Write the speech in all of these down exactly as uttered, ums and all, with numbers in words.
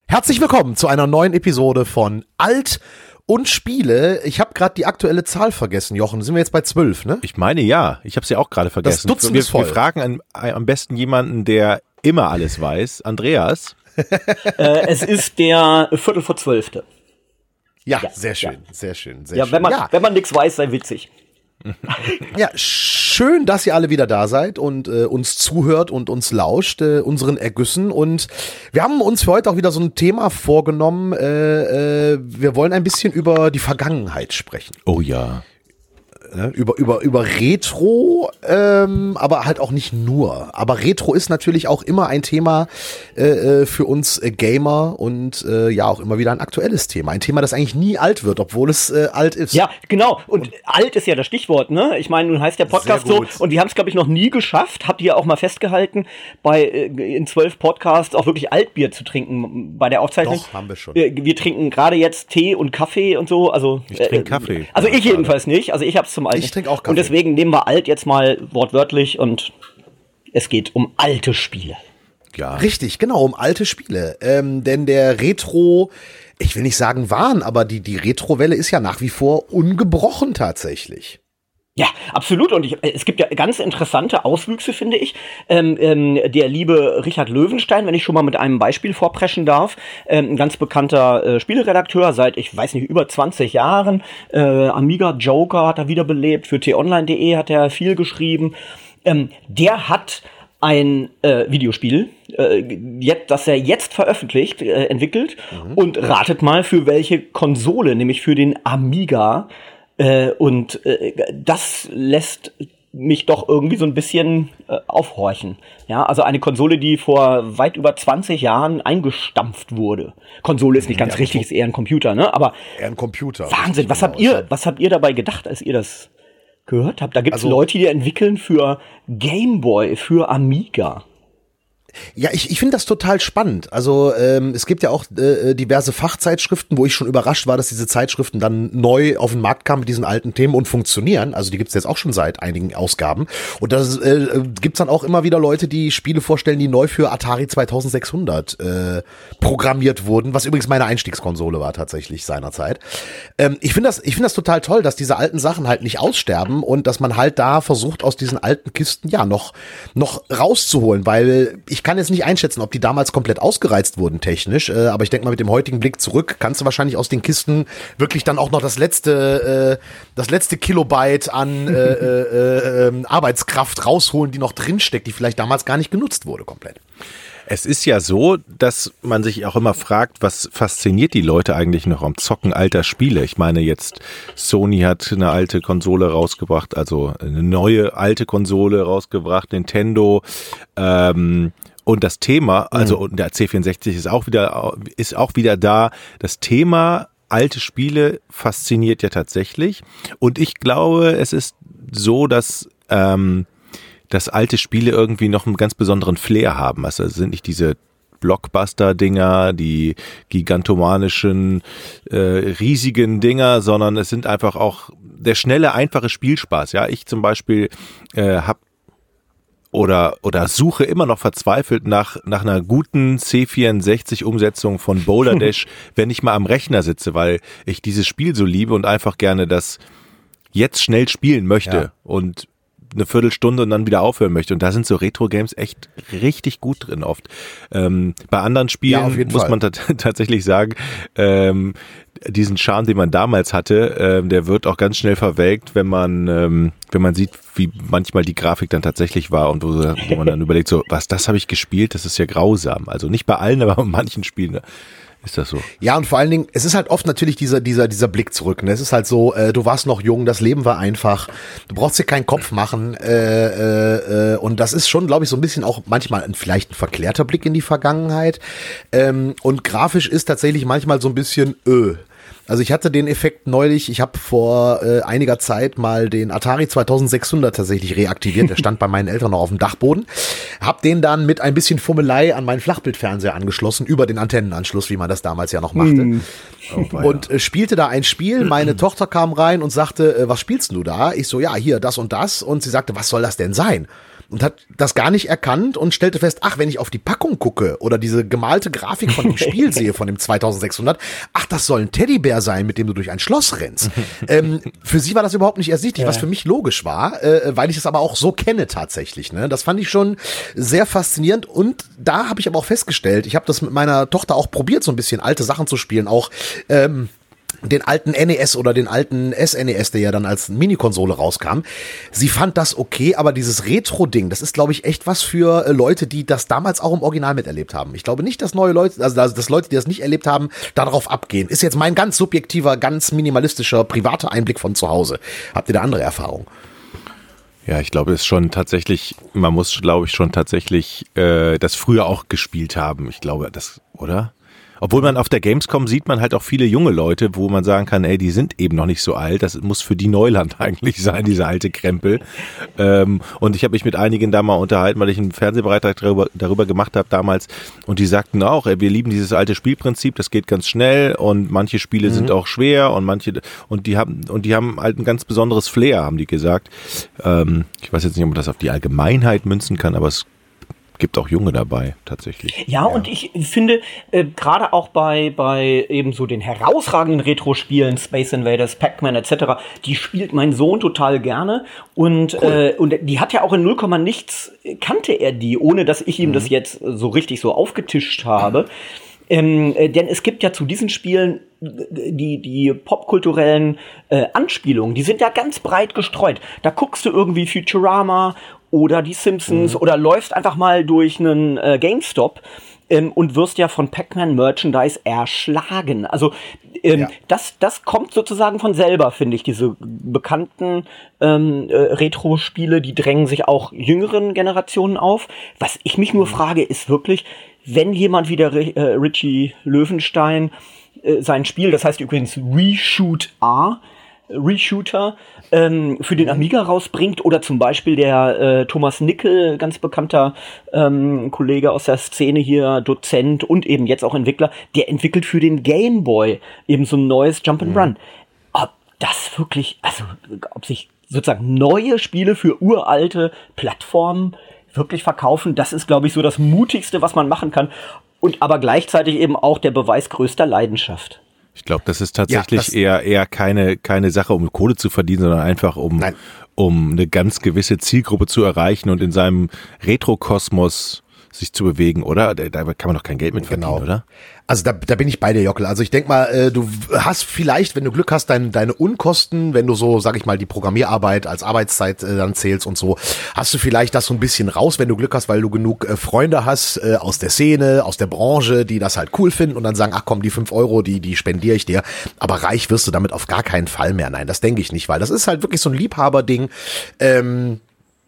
Herzlich willkommen zu einer neuen Episode von Alt und Spiele. Ich habe gerade die aktuelle Zahl vergessen, Jochen. Sind wir jetzt bei zwölf, ne? Ich meine ja. Ich habe sie auch gerade vergessen. Das Dutzend wir, ist voll. Wir fragen an, am besten jemanden, der immer alles weiß. Andreas? äh, es ist der Viertel vor Zwölfte. Ja, Ja, sehr schön, ja. sehr schön, sehr Ja, schön. wenn man, ja. wenn man nichts weiß, sei witzig. Ja, schön, dass ihr alle wieder da seid und äh, uns zuhört und uns lauscht, äh, unseren Ergüssen. Und wir haben uns für heute auch wieder so ein Thema vorgenommen. Äh, äh, wir wollen ein bisschen über die Vergangenheit sprechen. Oh ja. Ne? Über, über, über Retro, ähm, aber halt auch nicht nur. Aber Retro ist natürlich auch immer ein Thema äh, für uns äh, Gamer und äh, ja auch immer wieder ein aktuelles Thema. Ein Thema, das eigentlich nie alt wird, obwohl es äh, alt ist. Ja, genau. Und, und alt ist ja das Stichwort, ne? Ich meine, nun heißt der Podcast so, und die haben es, glaube ich, noch nie geschafft, habt ihr auch mal festgehalten, bei äh, in zwölf Podcasts auch wirklich Altbier zu trinken bei der Aufzeichnung. Doch, haben wir schon. Wir, wir trinken gerade jetzt Tee und Kaffee und so. Also, Ich trinke äh, Kaffee. Also ich jedenfalls nicht. Also ich hab's zum Alten. Ich trinke auch Kaffee. Und deswegen nehmen wir alt jetzt mal wortwörtlich und es geht um alte Spiele. Ja. Richtig, genau, um alte Spiele. Ähm, denn der Retro, ich will nicht sagen Wahn, aber die, die Retro-Welle ist ja nach wie vor ungebrochen tatsächlich. Ja, absolut. Und ich, es gibt ja ganz interessante Auswüchse, finde ich. Ähm, ähm, der liebe Richard Löwenstein, wenn ich schon mal mit einem Beispiel vorpreschen darf, ähm, ein ganz bekannter äh, Spieleredakteur seit, ich weiß nicht, über zwanzig Jahren. Äh, Amiga Joker hat er wiederbelebt. Für t online punkt de hat er viel geschrieben. Ähm, der hat ein äh, Videospiel, äh, jetzt, das er jetzt veröffentlicht, äh, entwickelt. Mhm. Und ratet mal, für welche Konsole, nämlich für den Amiga. Äh, und äh, das lässt mich doch irgendwie so ein bisschen äh, aufhorchen. Ja, also eine Konsole, die vor weit über zwanzig Jahren eingestampft wurde. Konsole ist nicht ganz ja, richtig, ist eher ein Computer, ne? Aber eher ein Computer. Wahnsinn, was genau. habt ihr, was habt ihr dabei gedacht, als ihr das gehört habt? Da gibt es Also, Leute, die entwickeln für Game Boy, für Amiga. Ja, ich, ich finde das total spannend. Also ähm, es gibt ja auch äh, diverse Fachzeitschriften, wo ich schon überrascht war, dass diese Zeitschriften dann neu auf den Markt kamen mit diesen alten Themen und funktionieren. Also die gibt's jetzt auch schon seit einigen Ausgaben. Und da äh, gibt's dann auch immer wieder Leute, die Spiele vorstellen, die neu für Atari zweitausendsechshundert äh, programmiert wurden, was übrigens meine Einstiegskonsole war tatsächlich seinerzeit. Ähm, ich finde das, ich finde das total toll, dass diese alten Sachen halt nicht aussterben und dass man halt da versucht, aus diesen alten Kisten ja noch noch rauszuholen, weil ich Ich kann jetzt nicht einschätzen, ob die damals komplett ausgereizt wurden technisch, äh, aber ich denke mal, mit dem heutigen Blick zurück kannst du wahrscheinlich aus den Kisten wirklich dann auch noch das letzte äh, das letzte Kilobyte an äh, äh, äh, Arbeitskraft rausholen, die noch drinsteckt, die vielleicht damals gar nicht genutzt wurde komplett. Es ist ja so, dass man sich auch immer fragt, was fasziniert die Leute eigentlich noch am Zocken alter Spiele? Ich meine jetzt, Sony hat eine alte Konsole rausgebracht, also eine neue alte Konsole rausgebracht, Nintendo, ähm, und das Thema, also und der C vierundsechzig ist auch wieder, ist auch wieder da. Das Thema alte Spiele fasziniert ja tatsächlich. Und ich glaube, es ist so, dass, ähm, dass alte Spiele irgendwie noch einen ganz besonderen Flair haben. Also es sind nicht diese Blockbuster-Dinger, die gigantomanischen, äh, riesigen Dinger, sondern es sind einfach auch der schnelle, einfache Spielspaß. Ja, ich zum Beispiel äh, habe oder oder suche immer noch verzweifelt nach nach einer guten C vierundsechzig-Umsetzung von Boulder Dash, wenn ich mal am Rechner sitze, weil ich dieses Spiel so liebe und einfach gerne das jetzt schnell spielen möchte ja. und eine Viertelstunde und dann wieder aufhören möchte. Und da sind so Retro-Games echt richtig gut drin oft. Ähm, bei anderen Spielen ja, muss Fall. man t- tatsächlich sagen, ähm, diesen Charme, den man damals hatte, ähm, der wird auch ganz schnell verwelkt, wenn man ähm, wenn man sieht, wie manchmal die Grafik dann tatsächlich war und wo, wo man dann überlegt, so, was, das habe ich gespielt, das ist ja grausam. Also nicht bei allen, aber bei manchen Spielen ist das so. Ja, und vor allen Dingen, es ist halt oft natürlich dieser dieser dieser Blick zurück. Ne? Es ist halt so, äh, du warst noch jung, das Leben war einfach, du brauchst dir keinen Kopf machen äh, äh, äh, und das ist schon, glaube ich, so ein bisschen auch manchmal ein, vielleicht ein verklärter Blick in die Vergangenheit ähm, und grafisch ist tatsächlich manchmal so ein bisschen öh. Also ich hatte den Effekt neulich, ich habe vor äh, einiger Zeit mal den Atari zweitausendsechshundert tatsächlich reaktiviert, der stand bei meinen Eltern noch auf dem Dachboden, hab den dann mit ein bisschen Fummelei an meinen Flachbildfernseher angeschlossen, über den Antennenanschluss, wie man das damals ja noch machte. Mm. Oh, und äh, spielte da ein Spiel, meine Tochter kam rein und sagte, äh, was spielst du da? Ich so, ja, hier, das und das. Und sie sagte, was soll das denn sein? und hat das gar nicht erkannt und stellte fest, ach, wenn ich auf die Packung gucke oder diese gemalte Grafik von dem Spiel sehe, von dem zweitausendsechshundert, ach, das soll ein Teddybär sein, mit dem du durch ein Schloss rennst. ähm, für sie war das überhaupt nicht ersichtlich, ja. was für mich logisch war, äh, weil ich es aber auch so kenne tatsächlich. Ne? Das fand ich schon sehr faszinierend und da habe ich aber auch festgestellt, ich habe das mit meiner Tochter auch probiert, so ein bisschen alte Sachen zu spielen, auch ähm, den alten N E S oder den alten S N E S, der ja dann als Minikonsole rauskam. Sie fand das okay, aber dieses Retro-Ding, das ist, glaube ich, echt was für äh, Leute, die das damals auch im Original miterlebt haben. Ich glaube nicht, dass neue Leute, also dass Leute, die das nicht erlebt haben, darauf abgehen. Ist jetzt mein ganz subjektiver, ganz minimalistischer, privater Einblick von zu Hause. Habt ihr da andere Erfahrungen? Ja, ich glaube, es ist schon tatsächlich, man muss, glaube ich, schon tatsächlich äh, das früher auch gespielt haben. Ich glaube, das, oder? Obwohl man auf der Gamescom sieht man halt auch viele junge Leute, wo man sagen kann, ey, die sind eben noch nicht so alt. Das muss für die Neuland eigentlich sein, diese alte Krempel. Ähm, und ich habe mich mit einigen da mal unterhalten, weil ich einen Fernsehbeitrag darüber, darüber gemacht habe damals. Und die sagten auch, ey, wir lieben dieses alte Spielprinzip, das geht ganz schnell und manche Spiele mhm. sind auch schwer und manche und die haben und die haben halt ein ganz besonderes Flair, haben die gesagt. Ähm, ich weiß jetzt nicht, ob man das auf die Allgemeinheit münzen kann, aber es gibt auch Junge dabei, tatsächlich. Ja, ja. Und ich finde, äh, gerade auch bei bei eben so den herausragenden Retro-Spielen, Space Invaders, Pac-Man et cetera, die spielt mein Sohn total gerne. Und, cool. äh, und die hat ja auch in null Komma nichts, kannte er die, ohne dass ich ihm mhm. das jetzt so richtig so aufgetischt habe. Mhm. Ähm, äh, denn es gibt ja zu diesen Spielen die die popkulturellen äh, Anspielungen, die sind ja ganz breit gestreut. Da guckst du irgendwie Futurama oder die Simpsons mhm. oder läufst einfach mal durch einen äh, GameStop ähm, und wirst ja von Pac-Man Merchandise erschlagen. Also ähm, ja. das das kommt sozusagen von selber, finde ich. Diese bekannten ähm, äh, Retro-Spiele, die drängen sich auch jüngeren Generationen auf. Was ich mich nur frage, ist wirklich, wenn jemand wie der äh, Richie Löwenstein äh, sein Spiel, das heißt übrigens Reshoot R, Reshooter, ähm, für den Amiga rausbringt oder zum Beispiel der äh, Thomas Nickel, ganz bekannter ähm, Kollege aus der Szene hier, Dozent und eben jetzt auch Entwickler, der entwickelt für den Game Boy eben so ein neues Jump'n'Run. Mhm. Ob das wirklich, also ob sich sozusagen neue Spiele für uralte Plattformen wirklich verkaufen, das ist, glaube ich, so das Mutigste, was man machen kann. Und aber gleichzeitig eben auch der Beweis größter Leidenschaft. Ich glaube, das ist tatsächlich ja, das eher eher keine keine Sache, um Kohle zu verdienen, sondern einfach um um eine ganz gewisse Zielgruppe zu erreichen und in seinem Retro-Kosmos sich zu bewegen, oder? Da, da kann man doch kein Geld mit verdienen, genau. oder? Also da, da bin ich bei dir, Jockel. Also ich denk mal, äh, du hast vielleicht, wenn du Glück hast, dein, deine Unkosten, wenn du so, sag ich mal, die Programmierarbeit als Arbeitszeit äh, dann zählst und so, hast du vielleicht das so ein bisschen raus, wenn du Glück hast, weil du genug äh, Freunde hast äh, aus der Szene, aus der Branche, die das halt cool finden und dann sagen, ach komm, die fünf Euro, die die spendiere ich dir. Aber reich wirst du damit auf gar keinen Fall mehr. Nein, das denke ich nicht, weil das ist halt wirklich so ein Liebhaberding, ähm,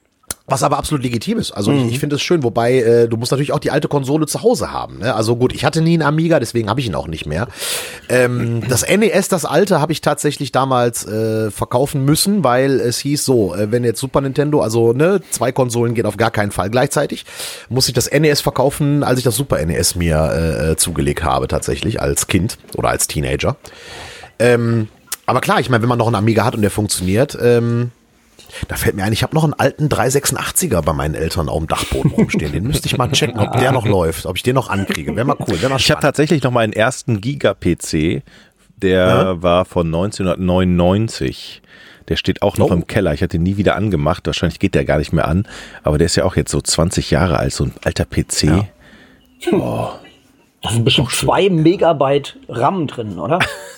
was aber absolut legitim ist. Also mhm. ich, ich finde es schön, wobei äh, du musst natürlich auch die alte Konsole zu Hause haben. Ne? Also gut, ich hatte nie einen Amiga, deswegen habe ich ihn auch nicht mehr. Ähm, das N E S, das alte, habe ich tatsächlich damals äh, verkaufen müssen, weil es hieß so, äh, wenn jetzt Super Nintendo, also ne, zwei Konsolen geht auf gar keinen Fall gleichzeitig, muss ich das N E S verkaufen, als ich das Super N E S mir äh, zugelegt habe tatsächlich als Kind oder als Teenager. Ähm, aber klar, ich meine, wenn man noch einen Amiga hat und der funktioniert, ähm, da fällt mir ein, ich habe noch einen alten drei sechsundachtziger bei meinen Eltern auf dem Dachboden rumstehen. Den müsste ich mal checken, ob der noch läuft, ob ich den noch ankriege. Wäre mal cool. Wär mal ich habe tatsächlich noch meinen ersten Giga-P C. Der ja. war von neunzehnhundertneunundneunzig. Der steht auch noch oh. im Keller. Ich hatte ihn nie wieder angemacht. Wahrscheinlich geht der gar nicht mehr an. Aber der ist ja auch jetzt so zwanzig Jahre alt, so ein alter P C. Ja. Oh. Da sind bestimmt zwei Megabyte RAM drin, oder?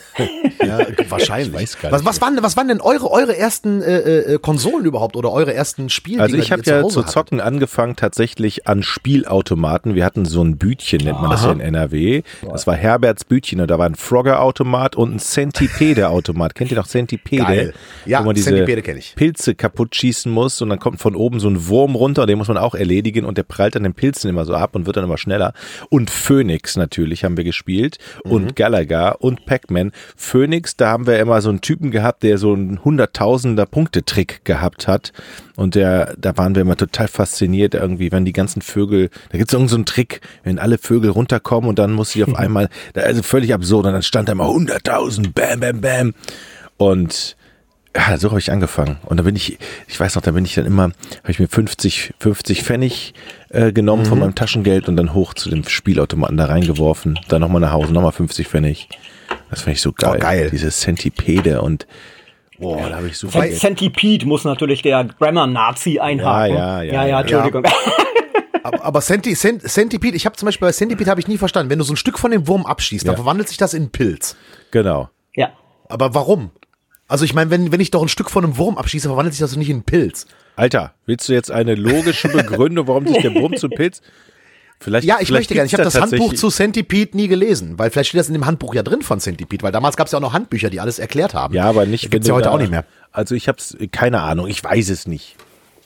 Ja, wahrscheinlich. Ich weiß gar nicht was, was, waren, was waren denn eure, eure ersten äh, äh, Konsolen überhaupt oder eure ersten Spiele? Also ich habe ja zu zocken hattet? angefangen tatsächlich an Spielautomaten. Wir hatten so ein Bütchen, nennt man Aha. das ja in N R W. Das war Herberts Bütchen und da war ein Frogger-Automat und ein Centipede-Automat. Kennt ihr noch Centipede? Geil. Ja, wo man diese Centipede kenne ich. Pilze kaputt schießen muss und dann kommt von oben so ein Wurm runter, den muss man auch erledigen und der prallt dann den Pilzen immer so ab und wird dann immer schneller. Und Phoenix natürlich haben wir gespielt mhm. und Galaga und Pac-Man. Phoenix, da haben wir immer so einen Typen gehabt, der so einen hunderttausender Punkte-Trick gehabt hat und der, da waren wir immer total fasziniert irgendwie, wenn die ganzen Vögel, da gibt es irgend so einen Trick, wenn alle Vögel runterkommen und dann muss sie auf einmal, also völlig absurd und dann stand da immer hunderttausend, bam, bam, bam und Ja, so habe ich angefangen. Und da bin ich, ich weiß noch, da bin ich dann immer, habe ich mir fünfzig, fünfzig Pfennig äh, genommen mhm. von meinem Taschengeld und dann hoch zu dem Spielautomaten da reingeworfen. Dann nochmal nach Hause, nochmal fünfzig Pfennig. Das fand ich so geil. Oh, geil. Diese Centipede und boah, da habe ich so viel. Centipede muss natürlich der Grammar-Nazi einhaken. Ja, ja, ja. Ja, ja, Entschuldigung. Ja. Aber, aber Centi, Cent, Centipede, ich habe zum Beispiel bei Centipede habe ich nie verstanden, wenn du so ein Stück von dem Wurm abschießt, ja. dann verwandelt sich das in einen Pilz. Genau. Ja. Aber warum? Also ich meine, wenn, wenn ich doch ein Stück von einem Wurm abschieße, verwandelt sich das doch nicht in einen Pilz. Alter, willst du jetzt eine logische Begründung, warum sich der Wurm zu Pilz... Vielleicht, ja, ich vielleicht möchte gerne. Ich habe das Handbuch zu Centipede nie gelesen, weil vielleicht steht das in dem Handbuch ja drin von Centipede, weil damals gab es ja auch noch Handbücher, die alles erklärt haben. Ja, aber nicht. Gibt's ja heute da, auch nicht mehr. Also ich habe keine Ahnung, ich weiß es nicht.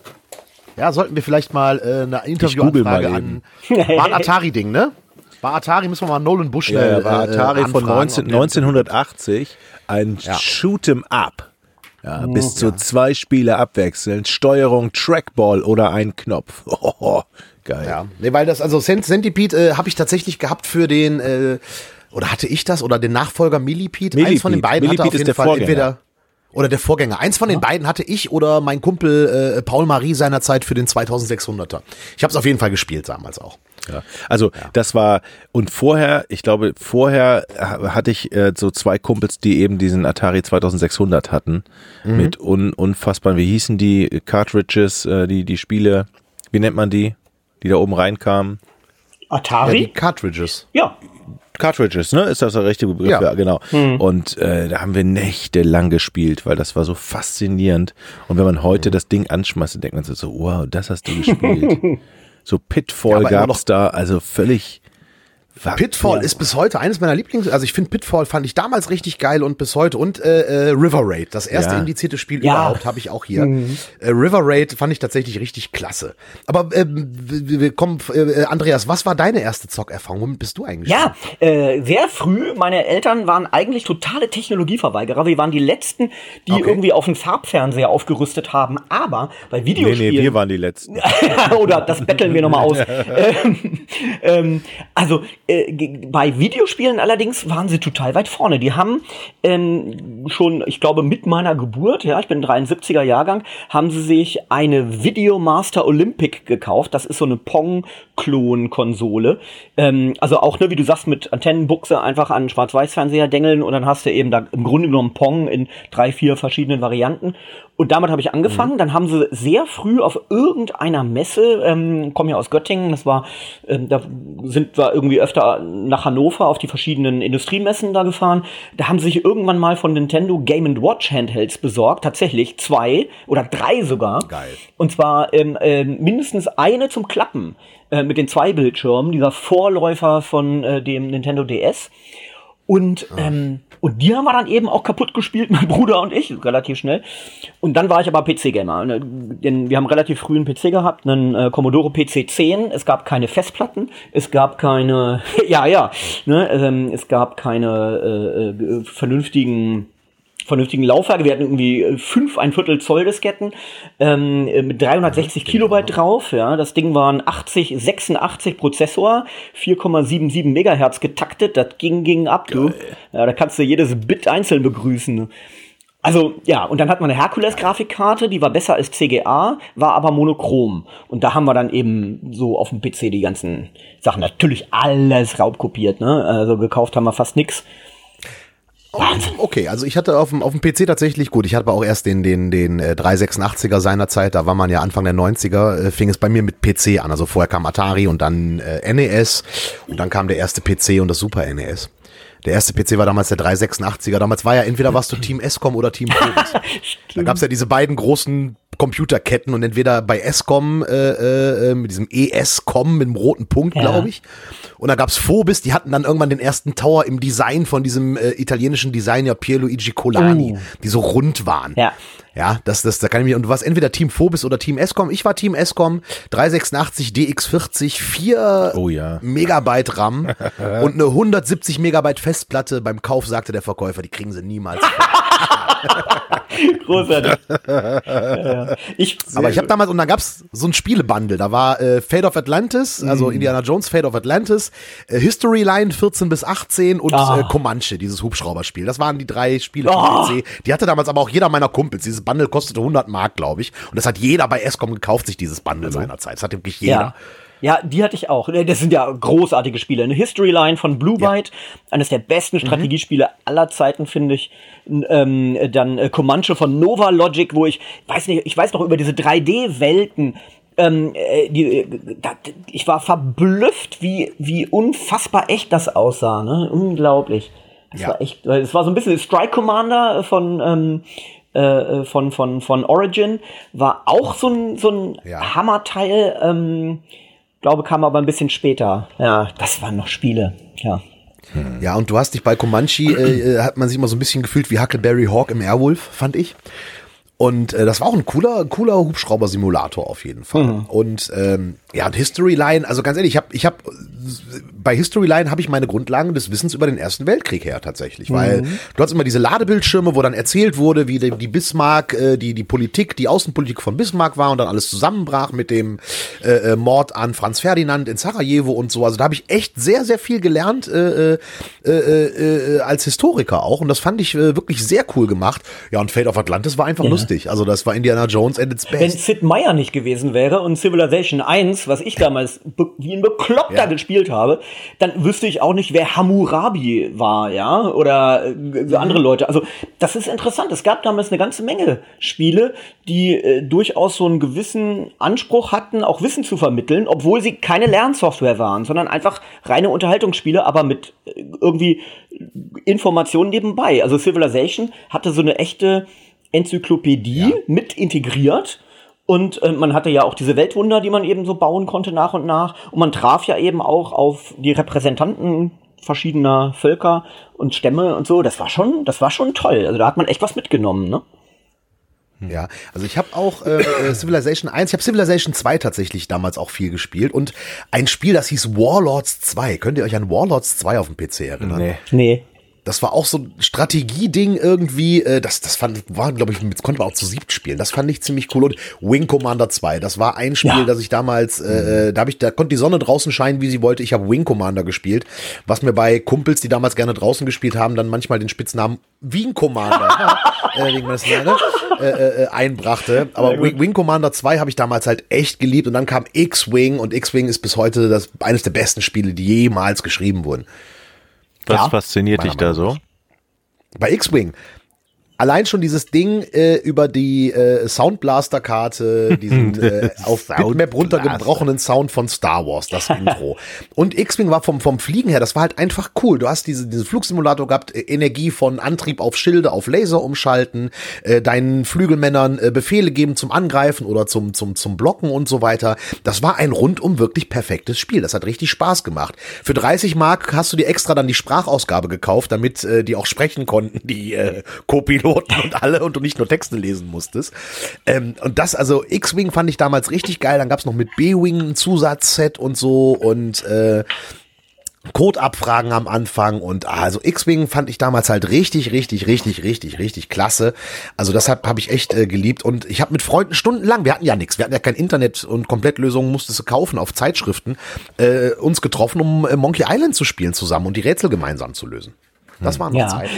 Ja, sollten wir vielleicht mal äh, eine Interviewanfrage an. War ein Atari-Ding, ne? War Atari, müssen wir mal Nolan Bush schnell ja, ja, war Atari äh, von neunzehn, neunzehnhundertachtzig, ein ja. Shoot'em Up. Ja, bis ja. zu zwei Spiele abwechselnd, Steuerung, Trackball oder ein Knopf. Oh, geil. Ja, nee, weil das, also Centipede äh, habe ich tatsächlich gehabt für den, äh, oder hatte ich das, oder den Nachfolger Millipede. Millipede. Eins von den beiden Millipede hatte auf jeden ist der Fall Vorgänger. entweder, oder der Vorgänger. Eins von den beiden hatte ich oder mein Kumpel äh, Paul Marie seinerzeit für den zweitausendsechshunderter. Ich habe es auf jeden Fall gespielt damals auch. Ja, also ja. das war, und vorher, ich glaube, vorher hatte ich äh, so zwei Kumpels, die eben diesen Atari zweitausendsechshundert hatten, mhm. mit un, unfassbaren, wie hießen die Cartridges, äh, die, die Spiele, wie nennt man die, die da oben reinkamen? Atari? Ja, die Cartridges. Ja. Cartridges, ne? Ist das der richtige Begriff? Ja, ja genau. Mhm. Und äh, da haben wir nächtelang gespielt, weil das war so faszinierend. Und wenn man heute mhm. das Ding anschmeißt, dann denkt man sich so, wow, das hast du gespielt. So Pitfall ja, gab es da, also völlig... Pitfall ja. ist bis heute eines meiner Lieblings... Also ich finde Pitfall fand ich damals richtig geil und bis heute. Und äh, River Raid, das erste ja. indizierte Spiel ja. überhaupt, habe ich auch hier. Mhm. Äh, River Raid fand ich tatsächlich richtig klasse. Aber äh, wir kommen, äh, Andreas, was war deine erste Zockerfahrung? Womit bist du eigentlich? Ja, äh, sehr früh. Meine Eltern waren eigentlich totale Technologieverweigerer. Wir waren die Letzten, die okay. irgendwie auf einen Farbfernseher aufgerüstet haben. Aber bei Videospielen... Nee, nee, wir waren die Letzten. Oder das betteln wir nochmal aus. ähm, ähm, also... Bei Videospielen allerdings waren sie total weit vorne. Die haben ähm, schon, ich glaube, mit meiner Geburt, ja, ich bin dreiundsiebziger Jahrgang, haben sie sich eine Videomaster Olympic gekauft. Das ist so eine Pong-Klon-Konsole. Ähm, also auch, ne, wie du sagst, mit Antennenbuchse einfach an Schwarz-Weiß-Fernseher dengeln und dann hast du eben da im Grunde genommen Pong in drei, vier verschiedenen Varianten. Und damit habe ich angefangen. Mhm. Dann haben sie sehr früh auf irgendeiner Messe, ähm, komme ja aus Göttingen, das war, ähm, da sind wir irgendwie öfter nach Hannover auf die verschiedenen Industriemessen da gefahren. Da haben sie sich irgendwann mal von Nintendo Game and Watch Handhelds besorgt. Tatsächlich zwei oder drei sogar. Geil. Und zwar ähm, äh, mindestens eine zum Klappen äh, mit den zwei Bildschirmen, dieser Vorläufer von äh, dem Nintendo D S. Und, ah. ähm, und die haben wir dann eben auch kaputt gespielt, mein Bruder und ich, relativ schnell. Und dann war ich aber P C-Gamer. Denn wir haben relativ früh einen P C gehabt, einen äh, Commodore P C zehn. Es gab keine Festplatten, es gab keine, ja, ja, ne, ähm, es gab keine äh, äh, vernünftigen vernünftigen Laufwerke. Wir hatten irgendwie fünf ein Viertel Zoll Disketten ähm, mit dreihundertsechzig Kilobyte drauf. Ja, das Ding war ein achtzig sechsundachtzig Prozessor, vier Komma siebenundsiebzig Megahertz getaktet. Das ging ging ab, du. Ja, da kannst du jedes Bit einzeln begrüßen. Also, ja, und dann hat man eine Hercules-Grafikkarte, die war besser als C G A, war aber monochrom. Und da haben wir dann eben so auf dem P C die ganzen Sachen, natürlich alles raubkopiert, ne? Also gekauft haben wir fast nix. Wahnsinn. Okay, also ich hatte auf dem, auf dem P C tatsächlich, gut, ich hatte auch erst den, den, den äh, dreihundertsechsundachtziger seinerzeit, da war man ja Anfang der neunziger, äh, fing es bei mir mit P C an. Also vorher kam Atari und dann äh, N E S und dann kam der erste P C und das Super N E S. Der erste P C war damals der dreihundertsechsundachtziger. Damals war ja entweder warst du Team Escom oder Team Phobos. Da gab's ja diese beiden großen Computerketten und entweder bei Escom, äh, äh, mit diesem E S-Com mit dem roten Punkt, ja. glaube ich. Und da gab's Phobis, die hatten dann irgendwann den ersten Tower im Design von diesem äh, italienischen Designer Pierluigi Colani, uh. die so rund waren. Ja. Ja, das, das, da kann ich mich, und du warst entweder Team Phobis oder Team Escom. Ich war Team Escom, dreihundertsechsundachtzig D X vierzig, vier oh, ja. Megabyte RAM und eine hundertsiebzig Megabyte Festplatte. Beim Kauf sagte der Verkäufer, die kriegen sie niemals. Großartig. ja. Ich, Aber ich habe damals, und da gab's so ein Spielebundle, da war äh, Fate of Atlantis, also mm. Indiana Jones Fate of Atlantis, äh, History Line vierzehn bis achtzehn und ah. äh, Comanche, dieses Hubschrauberspiel. Das waren die drei Spiele oh. vom P C. Die hatte damals aber auch jeder meiner Kumpels. Dieses Bundle kostete hundert Mark, glaube ich. Und das hat jeder bei Escom gekauft, sich dieses Bundle also. seinerzeit. Das hat wirklich jeder. Ja. Ja, die hatte ich auch. Das sind ja großartige Spiele. Eine History Line von Blue Byte, ja. eines der besten Strategiespiele mhm. aller Zeiten, finde ich. Ähm, dann äh, Comanche von Nova Logic, wo ich, weiß nicht, ich weiß noch über diese drei D-Welten. Ähm, äh, die, äh, da, ich war verblüfft, wie, wie unfassbar echt das aussah. Ne? Unglaublich. Das ja. war echt, es war so ein bisschen Strike Commander von, ähm, äh, von, von, von Origin. War auch so ein, so ein ja. Hammerteil, ähm, glaube, kam aber ein bisschen später. Ja, das waren noch Spiele, ja. Hm. Ja, und du hast dich bei Comanche, äh, hat man sich immer so ein bisschen gefühlt wie Huckleberry Hawk im Airwolf, fand ich. Und äh, das war auch ein cooler, cooler Hubschrauber-Simulator auf jeden Fall. Mhm. Und ähm, ja, und History Line, also ganz ehrlich, ich habe, ich habe bei History Line habe ich meine Grundlagen des Wissens über den Ersten Weltkrieg her tatsächlich, weil mhm. du hast immer diese Ladebildschirme, wo dann erzählt wurde, wie die, die Bismarck, äh, die die Politik, die Außenpolitik von Bismarck war und dann alles zusammenbrach mit dem äh, Mord an Franz Ferdinand in Sarajevo und so. Also da habe ich echt sehr, sehr viel gelernt äh, äh, äh, äh, als Historiker auch und das fand ich äh, wirklich sehr cool gemacht. Ja, und Fate of Atlantis war einfach ja. lustig. Also das war Indiana Jones at its best. Wenn Sid Meier nicht gewesen wäre und Civilization eins, was ich damals be- wie ein Bekloppter ja. gespielt habe, dann wüsste ich auch nicht, wer Hammurabi war, ja, oder äh, andere Leute. Also das ist interessant. Es gab damals eine ganze Menge Spiele, die äh, durchaus so einen gewissen Anspruch hatten, auch Wissen zu vermitteln, obwohl sie keine Lernsoftware waren, sondern einfach reine Unterhaltungsspiele, aber mit äh, irgendwie Informationen nebenbei. Also Civilization hatte so eine echte Enzyklopädie ja. mit integriert. Und äh, man hatte ja auch diese Weltwunder, die man eben so bauen konnte nach und nach. Und man traf ja eben auch auf die Repräsentanten verschiedener Völker und Stämme und so. Das war schon, das war schon toll. Also da hat man echt was mitgenommen, ne? Ja, also ich habe auch äh, Civilization eins, ich habe Civilization zwei tatsächlich damals auch viel gespielt. Und ein Spiel, das hieß Warlords zwei. Könnt ihr euch an Warlords zwei auf dem P C erinnern? Nee. Nee. Das war auch so ein Strategieding irgendwie, äh, das, das fand, war, glaube ich, das konnte man auch zu siebt spielen. Das fand ich ziemlich cool. Und Wing Commander zwei, das war ein Spiel, ja. das ich damals, äh, da habe ich, da konnte die Sonne draußen scheinen, wie sie wollte. Ich habe Wing Commander gespielt, was mir bei Kumpels, die damals gerne draußen gespielt haben, dann manchmal den Spitznamen Wing Commander äh, wegen das, ne, äh, äh, einbrachte. Aber Wing, Wing Commander zwei habe ich damals halt echt geliebt. Und dann kam X-Wing und X-Wing ist bis heute das eines der besten Spiele, die jemals geschrieben wurden. Was ja, fasziniert dich da so? Bei X-Wing. Allein schon dieses Ding äh, über die äh, Soundblaster-Karte, diesen äh, auf Bitmap runtergebrochenen Sound von Star Wars, das Intro. Und X-Wing war vom vom Fliegen her, das war halt einfach cool. Du hast diese diesen Flugsimulator gehabt, äh, Energie von Antrieb auf Schilde, auf Laser umschalten, äh, deinen Flügelmännern äh, Befehle geben zum Angreifen oder zum zum zum Blocken und so weiter. Das war ein rundum wirklich perfektes Spiel. Das hat richtig Spaß gemacht. Für dreißig Mark hast du dir extra dann die Sprachausgabe gekauft, damit äh, die auch sprechen konnten, die äh, Co-Piloten und alle und du nicht nur Texte lesen musstest. Ähm, und das, also X-Wing fand ich damals richtig geil. Dann gab's noch mit B-Wing ein Zusatzset und so und äh, Code-Abfragen am Anfang und also X-Wing fand ich damals halt richtig, richtig, richtig, richtig, richtig klasse. Also deshalb habe ich echt äh, geliebt und ich habe mit Freunden stundenlang, wir hatten ja nichts, wir hatten ja kein Internet und Komplettlösungen musstest du kaufen auf Zeitschriften, äh, uns getroffen, um äh, Monkey Island zu spielen zusammen und die Rätsel gemeinsam zu lösen. Das war noch ja. Zeit.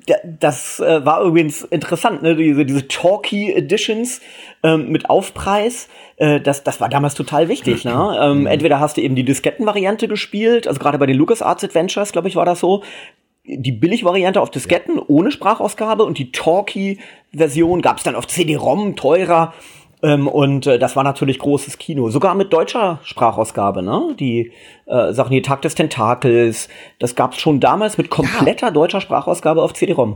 Das äh, war übrigens interessant, ne? Diese, diese Talkie Editions ähm, mit Aufpreis. Äh, das, das war damals total wichtig. Ne? Ähm, entweder hast du eben die Disketten-Variante gespielt, also gerade bei den LucasArts Adventures, glaube ich, war das so. Die Billig-Variante auf Disketten ja. ohne Sprachausgabe und die Talkie-Version gab es dann auf C D-ROM, teurer. Ähm, und äh, das war natürlich großes Kino. Sogar mit deutscher Sprachausgabe, ne? Die äh, Sachen hier, Tag des Tentakels, das gab's schon damals mit kompletter ja. deutscher Sprachausgabe auf C D-ROM.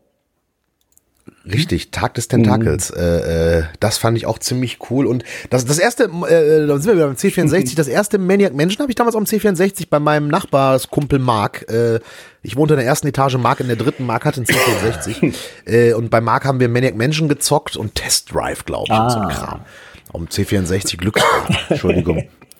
Richtig, Tag des Tentakels. Mhm. Äh, äh, das fand ich auch ziemlich cool. Und das, das erste, äh, da sind wir wieder beim C vierundsechzig, das erste Maniac Mansion habe ich damals am C vierundsechzig bei meinem Nachbarskumpel Mark. Äh, ich wohnte in der ersten Etage, Mark in der dritten, Mark hatte einen C vierundsechzig. äh, und bei Mark haben wir Maniac Mansion gezockt und Test Drive, glaube ich, ah. und so ein Kram. Um C vierundsechzig Glücksrad. Entschuldigung.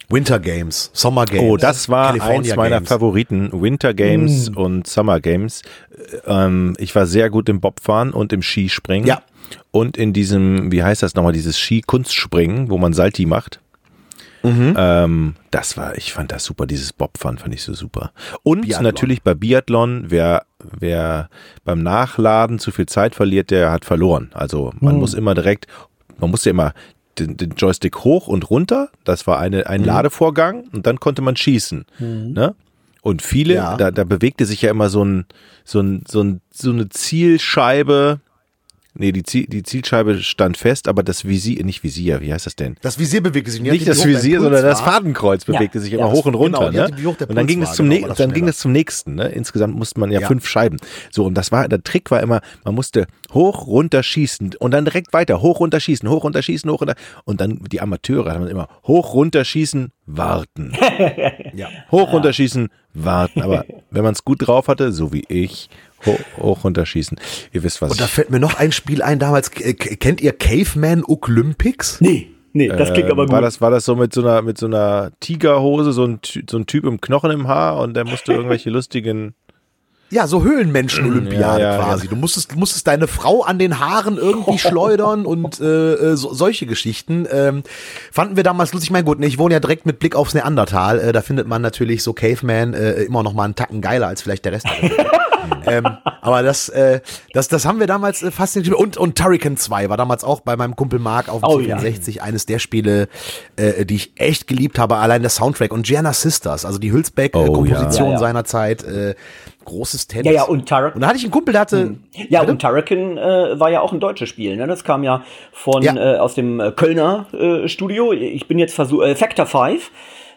Winter Games, Summer Games. Oh, das war California eins meiner Games. Favoriten. Winter Games mm. und Summer Games. Ähm, ich war sehr gut im Bobfahren und im Skispringen. Ja. Und in diesem, wie heißt das nochmal, dieses Skikunstspringen, wo man Salti macht. Mhm. Ähm, das war, ich fand das super, dieses Bobfahren fand ich so super. Und Biathlon. Natürlich bei Biathlon, wer, wer beim Nachladen zu viel Zeit verliert, der hat verloren. Also man mhm. muss immer direkt, man musste immer den, den Joystick hoch und runter, das war eine, ein mhm. Ladevorgang und dann konnte man schießen. Mhm. Ne? Und viele, ja. da, da bewegte sich ja immer so ein, so ein, so ein, so eine Zielscheibe. Nee, die, Ziel, die Zielscheibe stand fest, aber das Visier, nicht Visier, wie heißt das denn? Das Visier bewegte sich nicht. Nicht das Visier, sondern das Fadenkreuz bewegte ja. sich immer ja, hoch und runter. Genau, ne? Und dann ging es zum, genau, dann ging es zum nächsten. Ne? Insgesamt musste man ja, ja fünf Scheiben. So, und das war, der Trick war immer, man musste hoch, runter schießen und dann direkt weiter, hoch, runter schießen, hoch, runter schießen, hoch, runter. Und dann die Amateure haben immer hoch, runter schießen, warten. ja. Hoch, runter schießen, warten. Aber wenn man es gut drauf hatte, so wie ich, Hoch, hoch runterschießen. Ihr wisst was. Und da fällt mir noch ein Spiel ein, damals, äh, kennt ihr Caveman Olympics? Nee, nee, das klingt äh, aber gut. War das, war das so mit so einer, mit so einer Tigerhose, so ein, so ein Typ im Knochen im Haar und der musste irgendwelche lustigen... Ja, so Höhlenmenschen-Olympiade ja, ja, quasi. Ja. Du musstest, musstest deine Frau an den Haaren irgendwie schleudern und äh, so, solche Geschichten. Ähm, fanden wir damals lustig. Ich meine, gut, ich wohne ja direkt mit Blick aufs Neandertal. Äh, da findet man natürlich so Caveman äh, immer noch mal einen Tacken geiler als vielleicht der Rest der Welt. ähm, aber das, äh, das, das haben wir damals äh, fasziniert. Und, und Turrican zwei war damals auch bei meinem Kumpel Marc auf dem oh, C vierundsechzig ja. eines der Spiele, äh, die ich echt geliebt habe. Allein der Soundtrack und Gianna Sisters, also die Hülsbeck-Komposition oh, ja. ja, ja. seiner Zeit, äh, großes Tennis. Ja, ja, und Turrican. Und da hatte ich einen Kumpel, der hatte... Hm. Ja, bitte? und Turrican äh, war ja auch ein deutsches Spiel. Ne? Das kam ja von ja. Äh, aus dem äh, Kölner äh, Studio. Ich bin jetzt versucht... Äh, Factor fünf,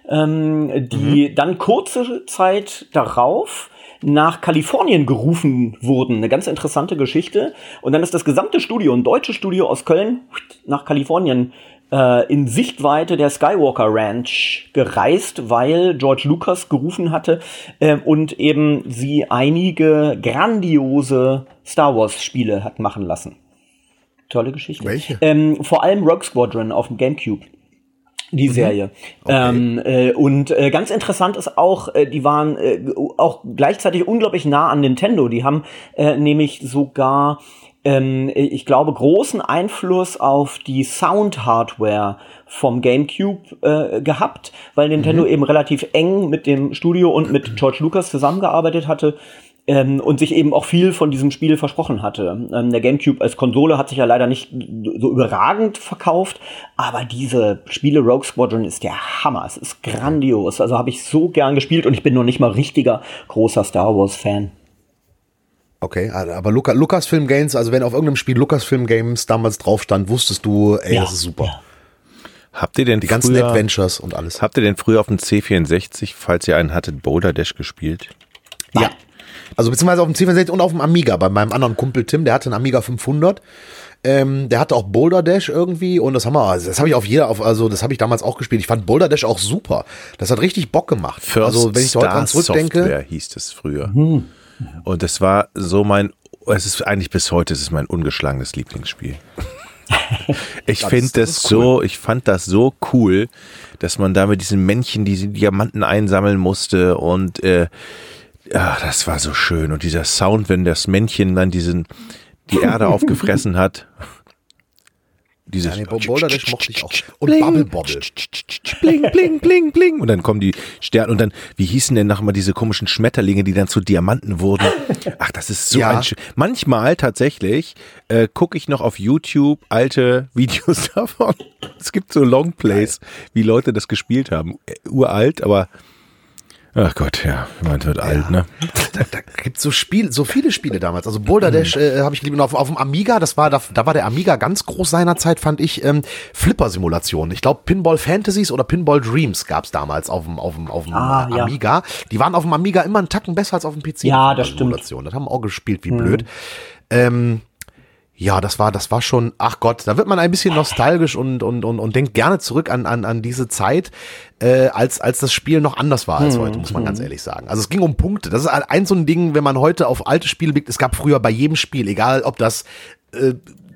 ähm, die mhm. dann kurze Zeit darauf nach Kalifornien gerufen wurden. Eine ganz interessante Geschichte. Und dann ist das gesamte Studio, ein deutsches Studio aus Köln, nach Kalifornien äh, in Sichtweite der Skywalker Ranch gereist, weil George Lucas gerufen hatte äh, und eben sie einige grandiose Star Wars Spiele hat machen lassen. Tolle Geschichte. Welche? Ähm, vor allem Rogue Squadron auf dem GameCube. Die Serie. Okay. Ähm, äh, und äh, ganz interessant ist auch, äh, die waren äh, auch gleichzeitig unglaublich nah an Nintendo. Die haben äh, nämlich sogar, ähm, ich glaube, großen Einfluss auf die Sound-Hardware vom GameCube äh, gehabt, weil Nintendo mhm. eben relativ eng mit dem Studio und mit George Lucas zusammengearbeitet hatte. Ähm, und sich eben auch viel von diesem Spiel versprochen hatte. Ähm, der GameCube als Konsole hat sich ja leider nicht so überragend verkauft, aber diese Spiele Rogue Squadron ist der Hammer. Es ist grandios. Also habe ich so gern gespielt und ich bin noch nicht mal richtiger großer Star Wars Fan. Okay, aber Luca, Lucasfilm Games, also wenn auf irgendeinem Spiel Lucasfilm Games damals drauf stand, wusstest du, ey, ja, das ist super. Ja. Habt ihr denn die ganzen früher, Adventures und alles? Habt ihr denn früher auf dem C vierundsechzig, falls ihr einen hattet, Boulder Dash gespielt? Ja. ja. Also beziehungsweise auf dem C vierundsechzig und auf dem Amiga. Bei meinem anderen Kumpel Tim, der hatte einen Amiga fünfhundert. Ähm, der hatte auch Boulder Dash irgendwie und das haben wir, also das habe ich auf jeder, auf, also das habe ich damals auch gespielt. Ich fand Boulder Dash auch super. Das hat richtig Bock gemacht. First also wenn ich heute dran zurückdenke, Software hieß es früher. Mhm. Und das war so mein, es ist eigentlich bis heute, es ist mein ungeschlagenes Lieblingsspiel. Ich finde das, das cool. so, ich fand das so cool, dass man da mit diesen Männchen diese Diamanten einsammeln musste und äh, ja, das war so schön. Und dieser Sound, wenn das Männchen dann diesen, die Erde aufgefressen hat. Diese ja, nee, Boulder Dash mochte ich auch. Und bling, Bubble Bobble. Bling, bling, bling, bling. Und dann kommen die Sterne. Und dann, wie hießen denn nochmal diese komischen Schmetterlinge, die dann zu Diamanten wurden? Ach, das ist so ja. ein... Sch- Manchmal tatsächlich äh, gucke ich noch auf YouTube alte Videos davon. Es gibt so Longplays, wie Leute das gespielt haben. Uralt, aber... Ach Gott, ja, man wird ja. alt, ne? Da, da gibt's so Spiele, so viele Spiele damals. Also Boulder Dash äh, habe ich geliebt. Und auf, auf dem Amiga, das war, da, da war der Amiga ganz groß seinerzeit, fand ich, ähm, Flipper-Simulationen. Ich glaube, Pinball Fantasies oder Pinball Dreams gab's damals auf dem, auf dem, auf dem ah, äh, Amiga. Ja. Die waren auf dem Amiga immer einen Tacken besser als auf dem P C. Ja, das stimmt. Das haben wir auch gespielt, wie hm. blöd. Ähm, Ja, das war, das war schon, ach Gott, da wird man ein bisschen nostalgisch und, und, und, und denkt gerne zurück an, an, an diese Zeit, äh, als, als das Spiel noch anders war als heute, muss man ganz ehrlich sagen. Also es ging um Punkte. Das ist ein so ein Ding, wenn man heute auf alte Spiele blickt. Es gab früher bei jedem Spiel, egal ob das, äh,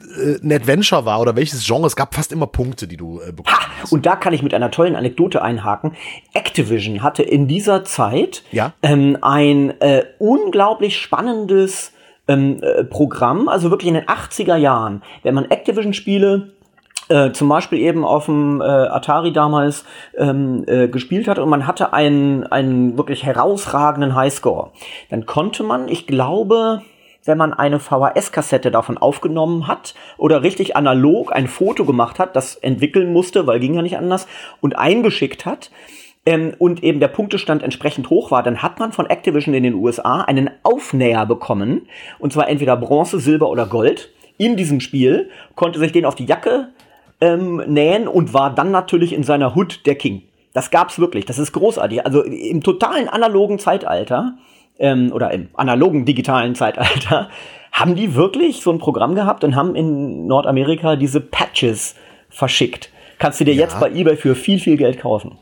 äh, ein Adventure war oder welches Genre, es gab fast immer Punkte, die du äh, bekommen Ha! hast. Und da kann ich mit einer tollen Anekdote einhaken. Activision hatte in dieser Zeit Ja? ähm, ein äh, unglaublich spannendes ähm, äh, Programm, also wirklich in den achtziger Jahren, wenn man Activision-Spiele Äh, zum Beispiel eben auf dem äh, Atari damals ähm, äh, gespielt hat und man hatte einen, einen wirklich herausragenden Highscore. Dann konnte man, ich glaube, wenn man eine V H S-Kassette davon aufgenommen hat oder richtig analog ein Foto gemacht hat, das entwickeln musste, weil ging ja nicht anders, und eingeschickt hat, ähm, und eben der Punktestand entsprechend hoch war, dann hat man von Activision in den U S A einen Aufnäher bekommen, und zwar entweder Bronze, Silber oder Gold in diesem Spiel, konnte sich den auf die Jacke Ähm, nähen und war dann natürlich in seiner Hood der King. Das gab's wirklich, das ist großartig. Also im totalen analogen Zeitalter ähm, oder im analogen digitalen Zeitalter haben die wirklich so ein Programm gehabt und haben in Nordamerika diese Patches verschickt. Kannst du dir Ja. jetzt bei eBay für viel, viel Geld kaufen.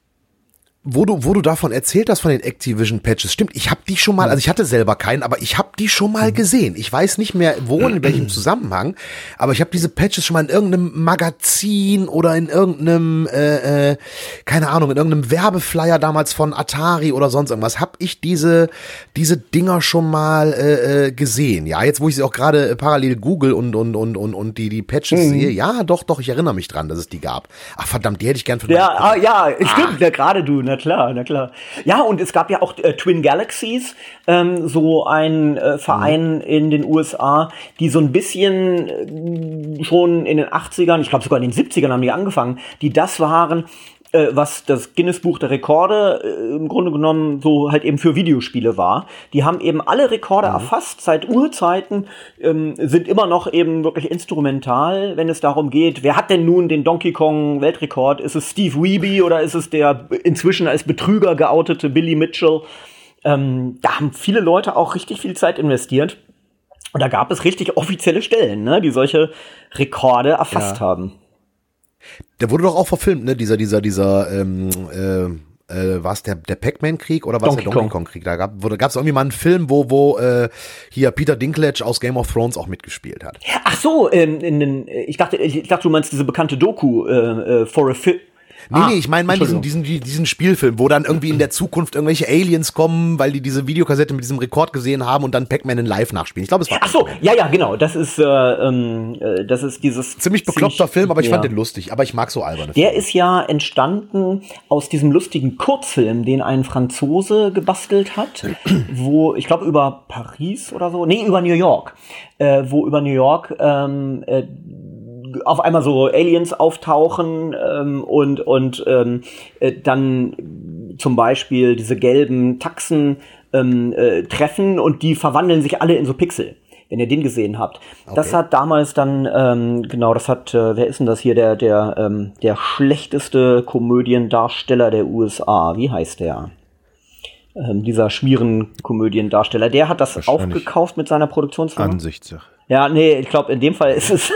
Wo du, wo du davon erzählt hast, von den Activision-Patches, stimmt, ich habe die schon mal, also ich hatte selber keinen, aber ich habe die schon mal gesehen. Ich weiß nicht mehr wo und in welchem Zusammenhang, aber ich habe diese Patches schon mal in irgendeinem Magazin oder in irgendeinem, äh, äh, keine Ahnung, in irgendeinem Werbeflyer damals von Atari oder sonst irgendwas, habe ich diese diese Dinger schon mal äh, äh, gesehen. Ja, jetzt wo ich sie auch gerade äh, parallel google und und und und und die die Patches Mhm. sehe, ja, doch, doch, ich erinnere mich dran, dass es die gab. Ach verdammt, die hätte ich gern für Ja, meine- ah, ja, stimmt, ja, gerade du, na klar, na klar. Ja, und es gab ja auch äh, Twin Galaxies, ähm, so ein äh, Verein mhm. in den U S A, die so ein bisschen äh, schon in den achtzigern, ich glaube sogar in den siebzigern haben die angefangen, die das waren, äh, was das Guinness-Buch der Rekorde äh, im Grunde genommen so halt eben für Videospiele war. Die haben eben alle Rekorde mhm. erfasst, seit Urzeiten, ähm, sind immer noch eben wirklich instrumental, wenn es darum geht, wer hat denn nun den Donkey Kong Weltrekord? Ist es Steve Wiebe oder ist es der inzwischen als Betrüger geoutete Billy Mitchell? Ähm, da haben viele Leute auch richtig viel Zeit investiert. Und da gab es richtig offizielle Stellen, ne, die solche Rekorde erfasst Ja. haben. Der wurde doch auch verfilmt, ne? Dieser, dieser, dieser, ähm, äh, äh, war es der, der Pac-Man-Krieg oder war es der Donkey Donkey Kong-Krieg? Da gab es irgendwie mal einen Film, wo, wo äh, hier Peter Dinklage aus Game of Thrones auch mitgespielt hat. Ach so, ähm, in den, ich dachte, ich dachte, du meinst diese bekannte Doku äh, äh, for a Film. Nee, Ah, nee, ich meine mein diesen, diesen, diesen Spielfilm, wo dann irgendwie in der Zukunft irgendwelche Aliens kommen, weil die diese Videokassette mit diesem Rekord gesehen haben und dann Pac-Man in live nachspielen. Ich glaube, es war Ach so, ja, ja, genau. Das ist, äh, ähm, äh, das ist dieses ziemlich bekloppter Film, aber ich ja. fand den lustig. Aber ich mag so alberne Der Filme. ist ja entstanden aus diesem lustigen Kurzfilm, den ein Franzose gebastelt hat, wo, ich glaube, über Paris oder so, nee, über New York, äh, wo über New York ähm, äh, auf einmal so Aliens auftauchen ähm, und und ähm, äh, dann zum Beispiel diese gelben Taxen ähm, äh, treffen und die verwandeln sich alle in so Pixel. Wenn ihr den gesehen habt. Okay. Das hat damals dann, ähm, genau, das hat, äh, wer ist denn das hier, der der ähm, der schlechteste Komödiendarsteller der U S A, wie heißt der? Ähm, dieser Schmierenkomödiendarsteller, der hat das aufgekauft mit seiner Produktionsfirma. Ansichtssache. Ja, nee, ich glaube, in dem Fall ist es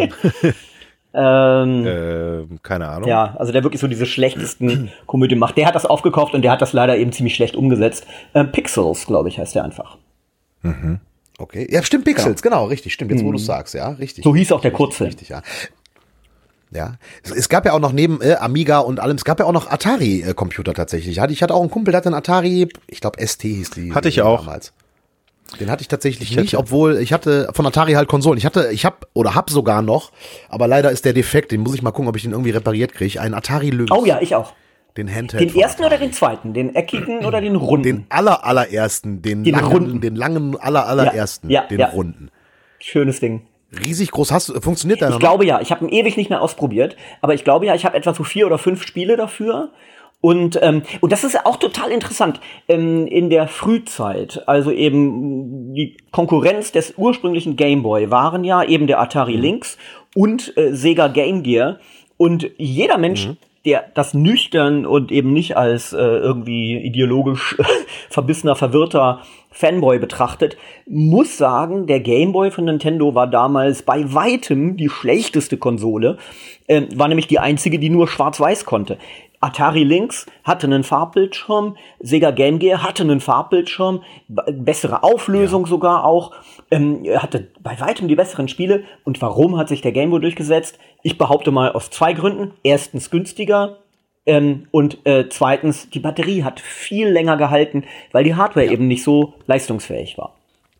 ähm, äh, keine Ahnung. Ja, also der wirklich so diese schlechtesten Komödien macht. Der hat das aufgekauft und der hat das leider eben ziemlich schlecht umgesetzt. Ähm, Pixels, glaube ich, heißt der einfach. Mhm. Okay, ja, stimmt, Pixels, genau, genau richtig, stimmt, jetzt wo mhm. du es sagst, ja, richtig. So hieß auch der richtig, Kurzfilm. Richtig, ja. Ja, es, es gab ja auch noch neben äh, Amiga und allem, es gab ja auch noch Atari-Computer äh, tatsächlich. Ich hatte auch einen Kumpel, der hatte einen Atari, ich glaube S T hieß die. Hatte ich auch. Damals. Den hatte ich tatsächlich ich nicht, hatte. obwohl ich hatte von Atari halt Konsolen. Ich hatte, ich hab oder hab sogar noch, aber leider ist der defekt, den muss ich mal gucken, ob ich den irgendwie repariert kriege. Einen Atari Lynx. Oh ja, ich auch. Den Handheld. Den ersten oder den zweiten? Den eckigen oder den runden? Den aller, allerersten, den, den langen, runden. den langen, aller, allerersten, ja, ja, den ja. runden. Schönes Ding. Riesig groß. Hast du, funktioniert der noch? Ich glaube ja. Ich habe ihn ewig nicht mehr ausprobiert, aber ich glaube ja, ich habe etwa so vier oder fünf Spiele dafür. Und ähm, und das ist auch total interessant. Ähm, in der Frühzeit, also eben die Konkurrenz des ursprünglichen Game Boy waren ja eben der Atari Lynx und äh, Sega Game Gear. Und jeder Mensch, mhm. der das nüchtern und eben nicht als äh, irgendwie ideologisch verbissener, verwirrter Fanboy betrachtet, muss sagen, der Game Boy von Nintendo war damals bei weitem die schlechteste Konsole, äh, war nämlich die einzige, die nur schwarz-weiß konnte. Atari Lynx hatte einen Farbbildschirm, Sega Game Gear hatte einen Farbbildschirm, b- bessere Auflösung ja. sogar auch, ähm, hatte bei weitem die besseren Spiele. Und warum hat sich der Game Boy durchgesetzt? Ich behaupte mal aus zwei Gründen. Erstens günstiger ähm, und äh, zweitens, die Batterie hat viel länger gehalten, weil die Hardware ja. eben nicht so leistungsfähig war.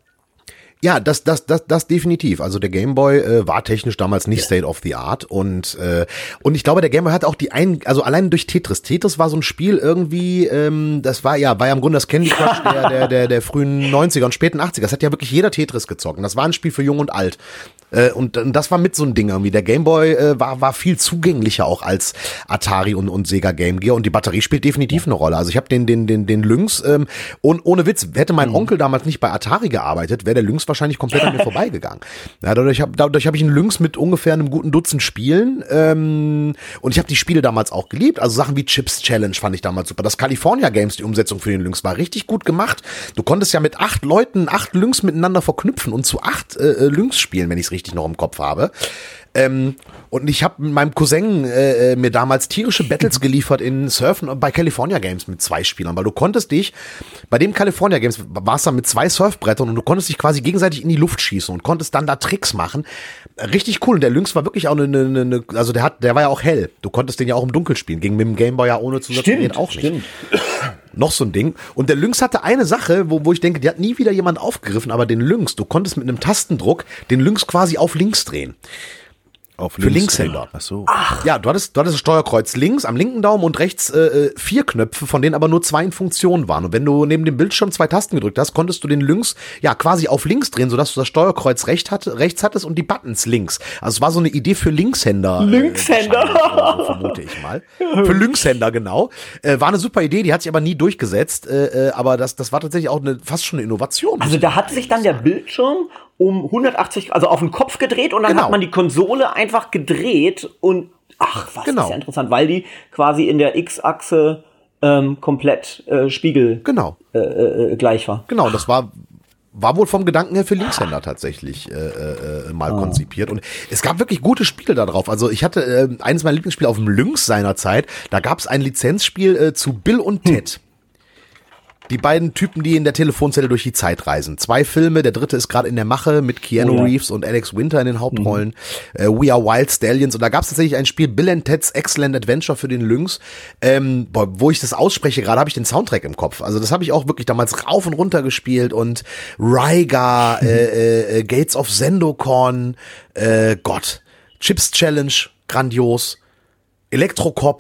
Ja, das, das, das, das definitiv. Also der Game Boy äh, war technisch damals nicht State of the Art und äh, und ich glaube, der Game Boy hat auch die ein, also allein durch Tetris. Tetris war so ein Spiel irgendwie, ähm, das war ja, war ja im Grunde das Candy Crush der, der, der, der frühen neunziger und späten achtziger. Das hat ja wirklich jeder Tetris gezockt. Und das war ein Spiel für Jung und Alt. Äh, und, und das war mit so ein Ding irgendwie. Der Game Boy äh, war, war viel zugänglicher auch als Atari und, und Sega Game Gear und die Batterie spielt definitiv eine Rolle. Also ich habe den, den, den, den Lynx ähm, und ohne Witz, hätte mein mhm. Onkel damals nicht bei Atari gearbeitet, wäre der Lynx wahrscheinlich komplett an mir vorbeigegangen. Ja, dadurch habe dadurch hab ich einen Lynx mit ungefähr einem guten Dutzend Spielen ähm, und ich habe die Spiele damals auch geliebt. Also Sachen wie Chips Challenge fand ich damals super. Das California Games, die Umsetzung für den Lynx war richtig gut gemacht. Du konntest ja mit acht Leuten acht Lynx miteinander verknüpfen und zu acht äh, Lynx spielen, wenn ich es richtig noch im Kopf habe. Ähm, und ich habe mit meinem Cousin äh, mir damals tierische Battles geliefert in Surfen bei California Games mit zwei Spielern, weil du konntest dich, bei dem California Games war es dann mit zwei Surfbrettern und du konntest dich quasi gegenseitig in die Luft schießen und konntest dann da Tricks machen. Richtig cool. Und der Lynx war wirklich auch eine, eine, eine also der hat, der war ja auch hell. Du konntest den ja auch im Dunkeln spielen, ging mit dem Gameboy ja ohne Zusatzgerät auch nicht. Stimmt. Noch so ein Ding. Und der Lynx hatte eine Sache, wo, wo ich denke, die hat nie wieder jemand aufgegriffen, aber den Lynx, du konntest mit einem Tastendruck den Lynx quasi auf links drehen. Auf für links Linkshänder. Ach so. Ach. Ja, du hattest, du hattest das Steuerkreuz links am linken Daumen und rechts äh, vier Knöpfe, von denen aber nur zwei in Funktion waren. Und wenn du neben dem Bildschirm zwei Tasten gedrückt hast, konntest du den Lynx ja quasi auf links drehen, sodass du das Steuerkreuz rechts, hatte, rechts hattest und die Buttons links. Also es war so eine Idee für Linkshänder. Linkshänder? Äh, so vermute ich mal. Für Linkshänder, genau. Äh, war eine super Idee, die hat sich aber nie durchgesetzt. Äh, aber das, das war tatsächlich auch eine, fast schon eine Innovation. Also da hat sich dann der Bildschirm um hundertachtzig, also auf den Kopf gedreht und dann genau. hat man die Konsole einfach gedreht und ach, was genau. ist ja interessant, weil die quasi in der X-Achse ähm, komplett äh, Spiegel genau. äh, äh, gleich war. Genau, das war war wohl vom Gedanken her für Linkshänder tatsächlich äh, äh, mal oh. konzipiert und es gab wirklich gute Spiele da drauf. Also ich hatte äh, eines meiner Lieblingsspiele auf dem Lynx seinerzeit, da gab es ein Lizenzspiel äh, zu Bill und Ted. Hm. Die beiden Typen, die in der Telefonzelle durch die Zeit reisen. Zwei Filme, der dritte ist gerade in der Mache mit Keanu oh ja. Reeves und Alex Winter in den Hauptrollen. Mhm. Uh, We Are Wild Stallions. Und da gab es tatsächlich ein Spiel, Bill and Ted's Excellent Adventure für den Lynx. Ähm, boah, wo ich das ausspreche, gerade habe ich den Soundtrack im Kopf. Also das habe ich auch wirklich damals rauf und runter gespielt. Und Rygar, mhm. äh, äh, Gates of Zendokon, äh, Gott, Chips Challenge, grandios. Elektrocop.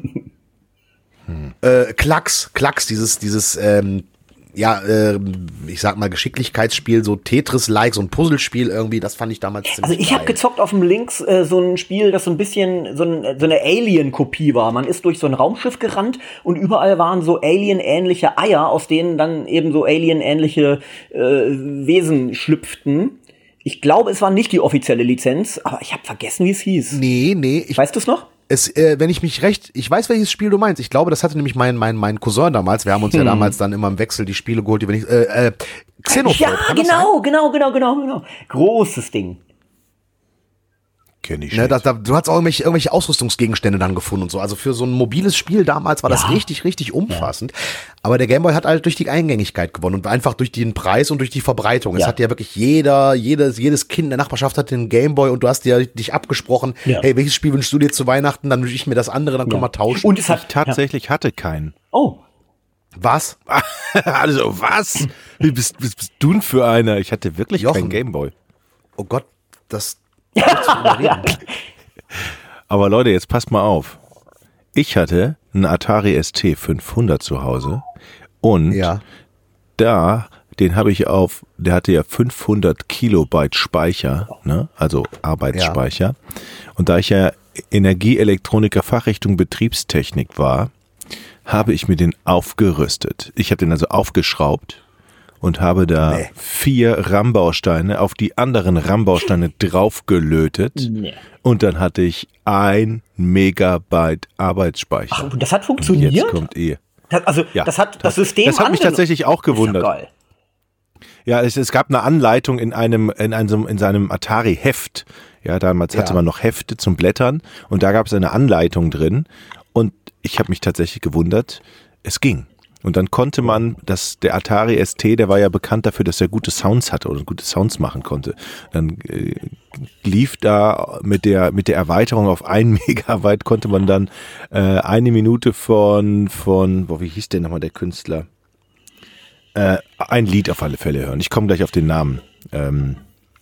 Hm. Äh, Klacks, Klacks, dieses, dieses, ähm, ja, äh, ich sag mal Geschicklichkeitsspiel, so Tetris-like, so ein Puzzlespiel irgendwie, das fand ich damals ziemlich Also ich habe gezockt auf dem Lynx äh, so ein Spiel, das so ein bisschen so, ein, so eine Alien-Kopie war. Man ist durch so ein Raumschiff gerannt und überall waren so Alien-ähnliche Eier, aus denen dann eben so Alien-ähnliche äh, Wesen schlüpften. Ich glaube, es war nicht die offizielle Lizenz, aber ich habe vergessen, wie es hieß. Nee, nee. Ich weißt du es noch? Es, äh, wenn ich mich recht, ich weiß, welches Spiel du meinst. Ich glaube, das hatte nämlich mein mein mein Cousin damals. Wir haben uns hm. ja damals dann immer im Wechsel die Spiele geholt, die wir nicht. Äh, äh, Xenophon. Ja, genau, genau, genau, genau, genau. Großes Ding. Kenn ich ne, da, da, du hast auch irgendwelche, irgendwelche Ausrüstungsgegenstände dann gefunden und so. Also für so ein mobiles Spiel damals war das ja. richtig, richtig umfassend. Ja. Aber der Gameboy hat halt durch die Eingängigkeit gewonnen und einfach durch den Preis und durch die Verbreitung. Ja. Es hat ja wirklich jeder, jedes, jedes Kind in der Nachbarschaft hat den Gameboy und du hast dir dich abgesprochen, ja. hey, welches Spiel wünschst du dir zu Weihnachten? Dann wünsche ich mir das andere, dann ja. können wir tauschen. Und es hat ich tatsächlich ja. hatte keinen. Oh. Was? Also was? Wie bist, bist, bist du denn für einer? Ich hatte wirklich Jochen. keinen Gameboy. Oh Gott, das Aber Leute, jetzt passt mal auf. Ich hatte einen Atari S T fünfhundert zu Hause und ja. da, den habe ich auf, der hatte ja fünfhundert Kilobyte Speicher, ne? Also Arbeitsspeicher. Ja. Und da ich ja Energieelektroniker Fachrichtung Betriebstechnik war, habe ich mir den aufgerüstet. Ich habe den also aufgeschraubt und habe da nee. vier RAM-Bausteine auf die anderen RAM-Bausteine draufgelötet. Nee. Und dann hatte ich ein Megabyte Arbeitsspeicher. Ach, und das hat funktioniert? Und jetzt kommt ihr. Das, also, ja, das hat das System Das hat mich tatsächlich auch gewundert. Ist ja geil. Ja, es, es gab eine Anleitung in einem, in einem, in seinem Atari-Heft. Ja, damals ja. hatte man noch Hefte zum Blättern und da gab es eine Anleitung drin. Und ich habe mich tatsächlich gewundert, es ging. Und dann konnte man, das, der Atari S T, der war ja bekannt dafür, dass er gute Sounds hatte oder gute Sounds machen konnte. Dann äh, lief da mit der mit der Erweiterung auf ein Megabyte konnte man dann äh, eine Minute von, von, boah, wie hieß der nochmal der Künstler? Äh, ein Lied auf alle Fälle hören. Ich komme gleich auf den Namen. Ähm,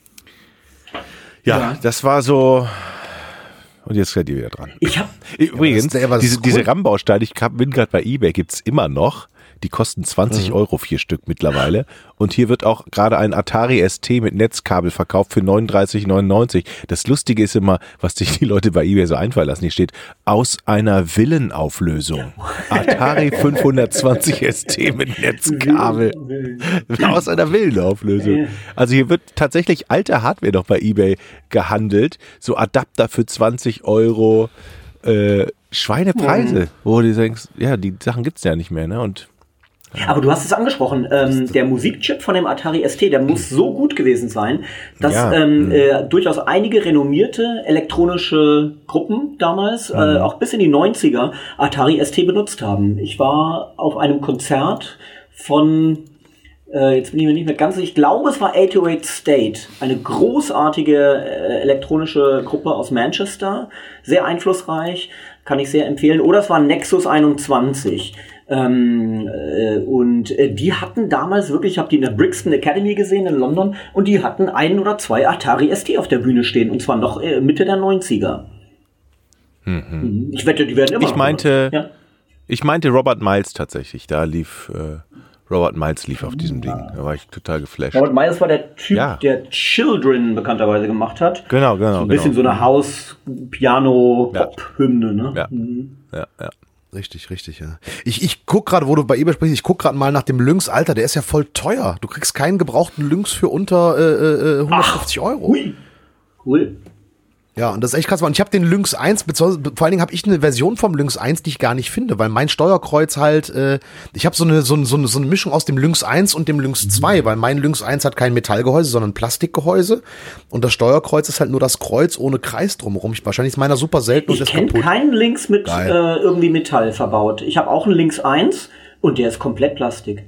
ja, ja, das war so... Und jetzt seid ihr wieder dran. Ich hab Übrigens, ja, diese, cool. diese RAM-Bausteine, ich hab, bin gerade bei eBay, gibt's immer noch. Die kosten zwanzig mhm. Euro vier Stück mittlerweile. Und hier wird auch gerade ein Atari S T mit Netzkabel verkauft für neununddreißig neunundneunzig. Das Lustige ist immer, was sich die Leute bei eBay so einfallen lassen. Hier steht, aus einer Villenauflösung. Atari fünfhundertzwanzig S T mit Netzkabel. Aus einer Villenauflösung. Also hier wird tatsächlich alte Hardware noch bei eBay gehandelt. So Adapter für zwanzig Euro. Äh, Schweinepreise. Mhm. Wo du denkst, ja, die Sachen gibt's ja nicht mehr, ne? Und aber du hast es angesprochen, ähm, der Musikchip von dem Atari S T, der muss so gut gewesen sein, dass ja. ähm, äh, durchaus einige renommierte elektronische Gruppen damals, mhm. äh, auch bis in die neunziger, Atari S T benutzt haben. Ich war auf einem Konzert von, äh, jetzt bin ich mir nicht mehr ganz sicher, ich glaube es war achthundertacht State, eine großartige äh, elektronische Gruppe aus Manchester, sehr einflussreich, kann ich sehr empfehlen. Oder es war Nexus einundzwanzig. Ähm, äh, und äh, die hatten damals wirklich, ich habe die in der Brixton Academy gesehen in London, und die hatten ein oder zwei Atari S T auf der Bühne stehen, und zwar noch äh, Mitte der neunziger. Mhm. Ich wette, die werden immer ich meinte, ja? ich meinte Robert Miles tatsächlich, da lief äh, Robert Miles lief auf diesem Ding, da war ich total geflasht. Robert Miles war der Typ, ja. der Children bekannterweise gemacht hat. Genau, genau. So ein bisschen genau. so eine Haus-Piano-Pop-Hymne, ne? Ja, mhm. ja, ja. Richtig, richtig, ja. Ich, ich guck gerade, wo du bei eBay sprichst, ich guck gerade mal nach dem Lynx, Alter, der ist ja voll teuer. Du kriegst keinen gebrauchten Lynx für unter äh, hundertfünfzig Ach, Euro. Hui. Cool. Ja, und das ist echt krass. Und ich habe den Lynx eins, vor allen Dingen habe ich eine Version vom Lynx eins, die ich gar nicht finde, weil mein Steuerkreuz halt, äh, ich habe so eine, so, eine, so, eine, so eine Mischung aus dem Lynx eins und dem Lynx zwei, weil mein Lynx eins hat kein Metallgehäuse, sondern ein Plastikgehäuse, und das Steuerkreuz ist halt nur das Kreuz ohne Kreis drumherum. Ich, wahrscheinlich ist meiner super selten und ist kaputt. Ich kenne keinen Lynx mit äh, irgendwie Metall verbaut. Ich habe auch einen Lynx eins und der ist komplett Plastik.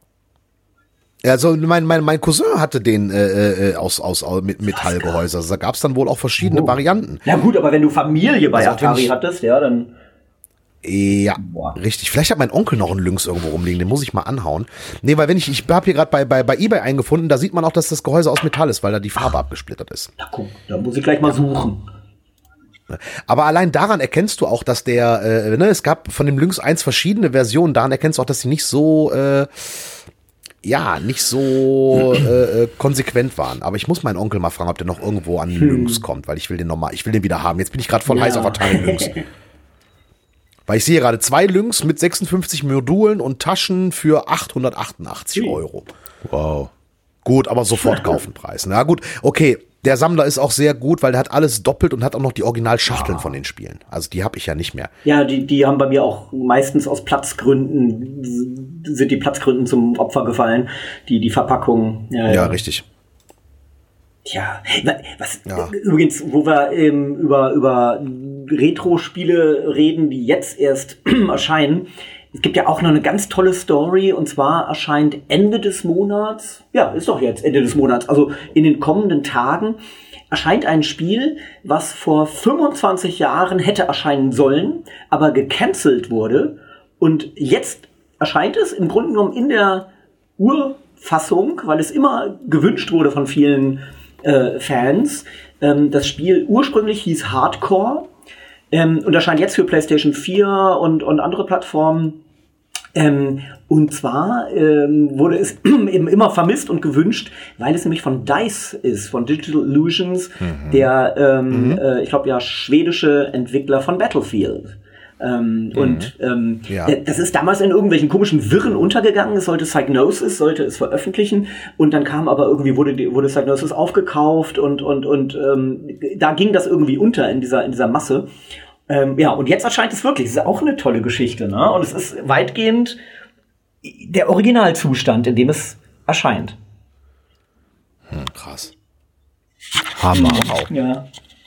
Also mein, mein, mein Cousin hatte den äh, äh, aus, aus, aus mit Metallgehäuse. Also da gab es dann wohl auch verschiedene oh. Varianten. Na gut, aber wenn du Familie bei also Atari ich, hattest, ja, dann... Ja, Boah. richtig. Vielleicht hat mein Onkel noch einen Lynx irgendwo rumliegen, den muss ich mal anhauen. Nee, weil wenn ich, ich habe hier gerade bei, bei, bei eBay eingefunden, da sieht man auch, dass das Gehäuse aus Metall ist, weil da die Farbe Ach. abgesplittert ist. Na guck, da muss ich gleich mal suchen. Aber allein daran erkennst du auch, dass der, äh, ne, es gab von dem Lynx eins verschiedene Versionen, daran erkennst du auch, dass die nicht so... Äh, ja, nicht so äh, konsequent waren. Aber ich muss meinen Onkel mal fragen, ob der noch irgendwo an den hm. Lynx kommt, weil ich will den nochmal, ich will den wieder haben. Jetzt bin ich gerade voll ja. heiß auf Atari Lynx. Weil ich sehe gerade zwei Lynx mit sechsundfünfzig Modulen und Taschen für achthundertachtundachtzig hm. Euro. Wow. Gut, aber sofort Kaufenpreis. Na gut, okay. Der Sammler ist auch sehr gut, weil der hat alles doppelt und hat auch noch die Originalschachteln ah. von den Spielen. Also die habe ich ja nicht mehr. Ja, die, die haben bei mir auch meistens aus Platzgründen, sind die Platzgründen zum Opfer gefallen. Die, die Verpackung. Ja, ja. ja richtig. Tja, was, ja. übrigens, wo wir ähm, über, über Retro-Spiele reden, die jetzt erst erscheinen. Es gibt ja auch noch eine ganz tolle Story, und zwar erscheint Ende des Monats, ja, ist doch jetzt Ende des Monats, also in den kommenden Tagen erscheint ein Spiel, was vor fünfundzwanzig Jahren hätte erscheinen sollen, aber gecancelt wurde, und jetzt erscheint es im Grunde genommen in der Urfassung, weil es immer gewünscht wurde von vielen äh, Fans. Ähm, das Spiel ursprünglich hieß Hardcore ähm, und erscheint jetzt für PlayStation vier und, und andere Plattformen. Ähm, und zwar ähm, wurde es eben immer vermisst und gewünscht, weil es nämlich von DICE ist, von Digital Illusions, mhm. der, ähm, mhm. äh, ich glaube ja, schwedische Entwickler von Battlefield. Ähm, mhm. Und ähm, ja. das ist damals in irgendwelchen komischen Wirren untergegangen. Es sollte Psygnosis, sollte es veröffentlichen, und dann kam aber irgendwie, wurde, wurde Psygnosis aufgekauft, und, und, und ähm, da ging das irgendwie unter in dieser, in dieser Masse. Ähm, ja, und jetzt erscheint es wirklich. Es ist auch eine tolle Geschichte, ne? Und es ist weitgehend der Originalzustand, in dem es erscheint. Hm, krass. Hammer auch. Ja.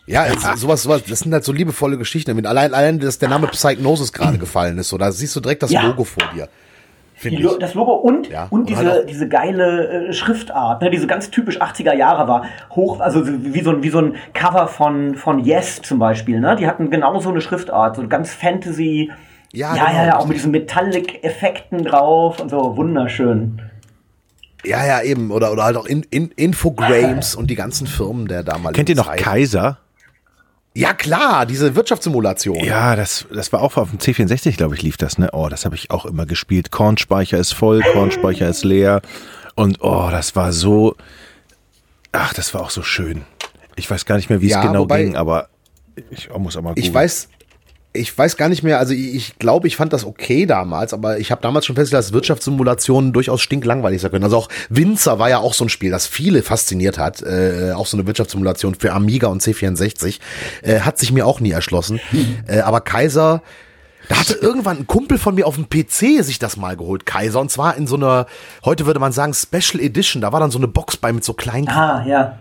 Ja, es, sowas, sowas, das sind halt so liebevolle Geschichten. Allein, allein, dass der Name Psygnosis gerade gefallen ist, so, da siehst du direkt das ja. Logo vor dir. Die, das Logo und, ja, und diese, halt diese geile äh, Schriftart, ne, diese ganz typisch achtziger Jahre war. Hoch, also wie so, wie so ein Cover von, von Yes zum Beispiel, ne? Die hatten genau so eine Schriftart, so ganz Fantasy. Ja, ja, genau, ja, ja, auch mit diesen Metallic-Effekten drauf und so, wunderschön. Ja, ja, eben. Oder, oder halt auch in, in, Infogrames und die ganzen Firmen der damaligen Kennt ihr noch Zeit. Kaiser? Ja, klar, diese Wirtschaftssimulation. Ja, das, das war auch auf dem C vierundsechzig, glaube ich, lief das, ne? Oh, das habe ich auch immer gespielt. Kornspeicher ist voll, Kornspeicher ist leer. Und oh, das war so, ach, das war auch so schön. Ich weiß gar nicht mehr, wie ja, es genau wobei, ging, aber ich muss auch mal googeln. Ich weiß, ich weiß gar nicht mehr, also ich, ich glaube, ich fand das okay damals, aber ich habe damals schon festgestellt, dass Wirtschaftssimulationen durchaus stinklangweilig sein können. Also auch Winzer war ja auch so ein Spiel, das viele fasziniert hat, äh, auch so eine Wirtschaftssimulation für Amiga und C vierundsechzig, äh, hat sich mir auch nie erschlossen. Hm. Äh, aber Kaiser, da hatte irgendwann ein Kumpel von mir auf dem P C sich das mal geholt, Kaiser, und zwar in so einer, heute würde man sagen Special Edition, da war dann so eine Box bei mit so kleinen... Ah, ja.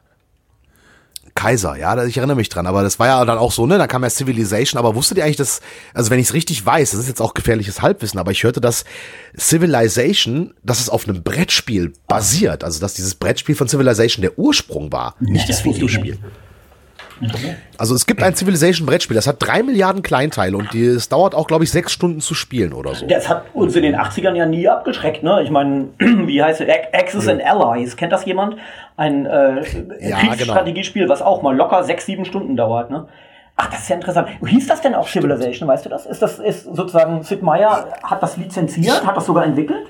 Kaiser, ja, ich erinnere mich dran, aber das war ja dann auch so, ne, da kam ja Civilization, aber wusstet ihr eigentlich, dass, also wenn ich es richtig weiß, das ist jetzt auch gefährliches Halbwissen, aber ich hörte, dass Civilization, dass es auf einem Brettspiel basiert, also dass dieses Brettspiel von Civilization der Ursprung war, nicht das Videospiel. Also es gibt ein Civilization-Brettspiel, das hat drei Milliarden Kleinteile und die, es dauert auch, glaube ich, sechs Stunden zu spielen oder so. Das hat uns in den achtzigern ja nie abgeschreckt, ne? Ich meine, wie heißt es? Axis and Allies, kennt das jemand? Ein äh, ja, Kriegsstrategiespiel, genau. Was auch mal locker sechs, sieben Stunden dauert, ne? Ach, das ist ja interessant. Hieß das denn auch Civilization, weißt du das? Ist das ist sozusagen, Sid Meier hat das lizenziert, hat das sogar entwickelt?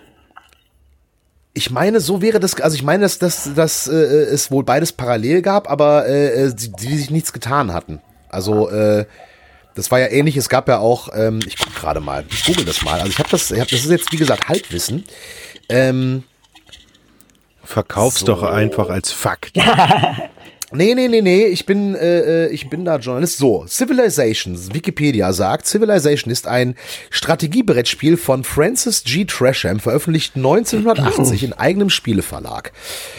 Ich meine, so wäre das, also ich meine, dass, dass, dass äh, es wohl beides parallel gab, aber äh, die, die sich nichts getan hatten. Also äh, das war ja ähnlich, es gab ja auch, ähm, ich guck gerade mal, ich google das mal, also ich habe das, ich hab, das ist jetzt wie gesagt Halbwissen. Ähm, Verkauf's so. Doch einfach als Fakt. Nee, nee, nee, nee, ich bin, äh, ich bin da Journalist. So, Civilization, Wikipedia sagt, Civilization ist ein Strategiebrettspiel von Francis G. Tresham, veröffentlicht neunzehnhundertachtzig in eigenem Spieleverlag.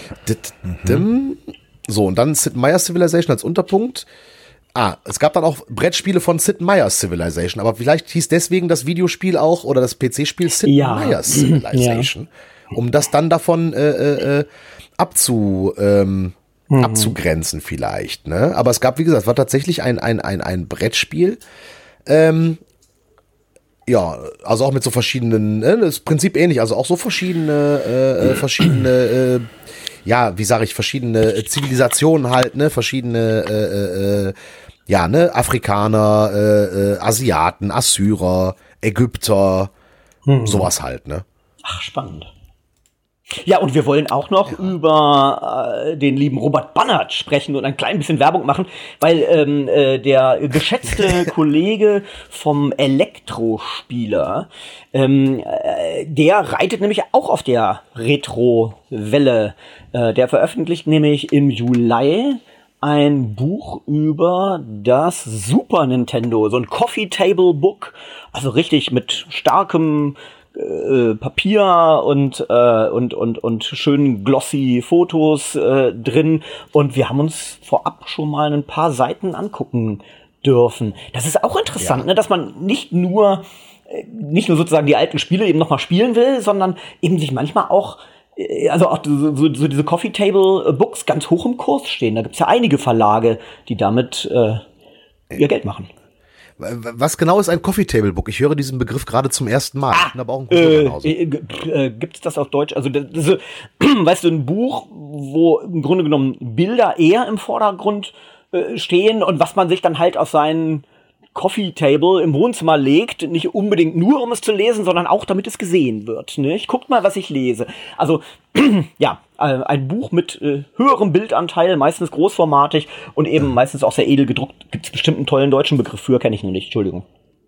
Mhm. So, und dann Sid Meier's Civilization als Unterpunkt. Ah, es gab dann auch Brettspiele von Sid Meier's Civilization, aber vielleicht hieß deswegen das Videospiel auch oder das P C-Spiel Sid ja. Meier's Civilization, ja. um das dann davon äh, äh, abzu... Ähm, Mhm. abzugrenzen vielleicht, ne? Aber es gab, wie gesagt, war tatsächlich ein, ein, ein, ein Brettspiel. Ähm, ja, also auch mit so verschiedenen, ne? Das Prinzip ähnlich, also auch so verschiedene, äh, verschiedene, äh, ja, wie sage ich, verschiedene Zivilisationen halt, ne? Verschiedene, äh, äh, ja, ne? Afrikaner, äh, äh, Asiaten, Assyrer, Ägypter, mhm. sowas halt, ne? Ach, spannend. Ja, und wir wollen auch noch ja. über äh, den lieben Robert Bannert sprechen und ein klein bisschen Werbung machen, weil ähm, äh, der geschätzte Kollege vom Elektrospieler, ähm, äh, der reitet nämlich auch auf der Retro-Welle. Äh, der veröffentlicht nämlich im Juli ein Buch über das Super Nintendo, so ein Coffee Table Book, also richtig mit starkem Äh, Papier und äh, und und und schönen glossy Fotos äh, drin, und wir haben uns vorab schon mal ein paar Seiten angucken dürfen. Das ist auch interessant, ja. ne, dass man nicht nur äh, nicht nur sozusagen die alten Spiele eben noch mal spielen will, sondern eben sich manchmal auch äh, also auch so, so, so diese Coffee Table Books ganz hoch im Kurs stehen. Da gibt's ja einige Verlage, die damit äh, ihr Geld machen. Was genau ist ein Coffee Table Book? Ich höre diesen Begriff gerade zum ersten Mal. Ah, ich bin aber auch ein äh, äh, Gibt es das auf Deutsch? Also, das, das, weißt du, ein Buch, wo im Grunde genommen Bilder eher im Vordergrund äh, stehen und was man sich dann halt auf seinen Coffee Table im Wohnzimmer legt, nicht unbedingt nur, um es zu lesen, sondern auch, damit es gesehen wird. Nicht? Guckt mal, was ich lese. Also, ja, äh, ein Buch mit äh, höherem Bildanteil, meistens großformatig und eben meistens auch sehr edel gedruckt. Gibt es bestimmt einen tollen deutschen Begriff für, kenne ich nur nicht, Entschuldigung.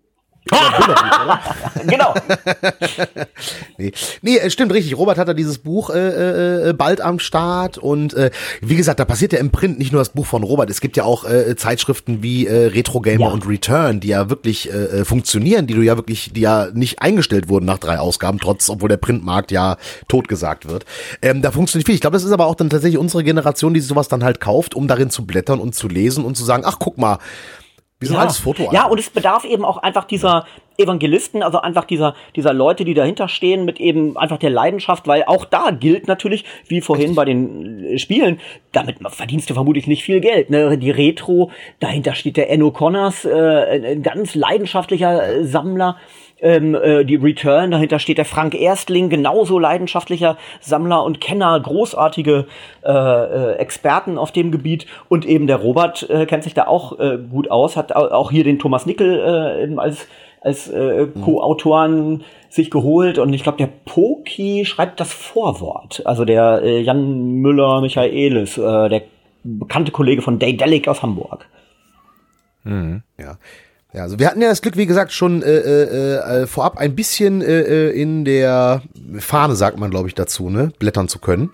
Genau. nee. nee, stimmt richtig. Robert hat da dieses Buch äh, äh, bald am Start und äh, wie gesagt, da passiert ja im Print nicht nur das Buch von Robert. Es gibt ja auch äh, Zeitschriften wie äh, Retro Gamer ja. und Return, die ja wirklich äh, funktionieren, die du ja wirklich, die ja nicht eingestellt wurden nach drei Ausgaben, trotz, obwohl der Printmarkt ja totgesagt wird. Ähm, da funktioniert viel. Ich glaube, das ist aber auch dann tatsächlich unsere Generation, die sowas dann halt kauft, um darin zu blättern und zu lesen und zu sagen, ach guck mal, wie so ein ja. altes Foto. Ja, und es bedarf eben auch einfach dieser Evangelisten, also einfach dieser dieser Leute, die dahinter stehen, mit eben einfach der Leidenschaft, weil auch da gilt natürlich, wie vorhin bei den Spielen, damit verdienst du vermutlich nicht viel Geld. Ne? Die Retro, dahinter steht der Enno Connors, äh, ein ganz leidenschaftlicher äh, Sammler. Ähm, äh, die Return, dahinter steht der Frank Erstling, genauso leidenschaftlicher Sammler und Kenner, großartige äh, äh, Experten auf dem Gebiet, und eben der Robert äh, kennt sich da auch äh, gut aus, hat auch hier den Thomas Nickel äh, eben als als äh, Co-Autoren sich geholt, und ich glaube, der Poki schreibt das Vorwort, also der äh, Jan Müller-Michaelis, äh, der bekannte Kollege von Daydelic aus Hamburg. Mhm. Ja. Ja, also wir hatten ja das Glück, wie gesagt, schon äh, äh, vorab ein bisschen äh, in der Fahne, sagt man, glaube ich, dazu, ne, blättern zu können.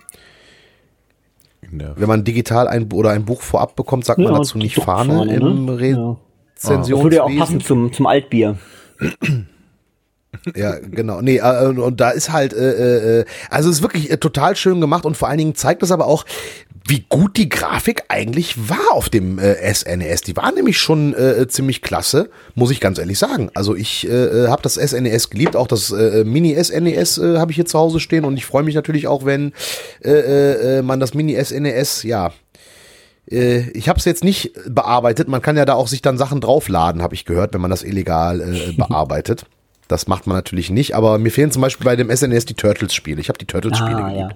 Wenn man digital ein oder ein Buch vorab bekommt, sagt ja, man dazu nicht Fahne, Fahne im ne? Rezensionswesen. Das würde ja auch passen zum, zum Altbier. Ja, genau. Nee, äh, und da ist halt, äh, äh, also es ist wirklich äh, total schön gemacht, und vor allen Dingen zeigt es aber auch, wie gut die Grafik eigentlich war auf dem äh, S N E S. Die war nämlich schon äh, ziemlich klasse, muss ich ganz ehrlich sagen. Also ich äh, habe das S N E S geliebt, auch das äh, Mini-S N E S äh, habe ich hier zu Hause stehen, und ich freue mich natürlich auch, wenn äh, äh, man das Mini-S N E S, ja, äh, ich habe es jetzt nicht bearbeitet, man kann ja da auch sich dann Sachen draufladen, habe ich gehört, wenn man das illegal äh, bearbeitet. Das macht man natürlich nicht, aber mir fehlen zum Beispiel bei dem S N E S die Turtles-Spiele. Ich habe die Turtles-Spiele ah, geliebt. Ja.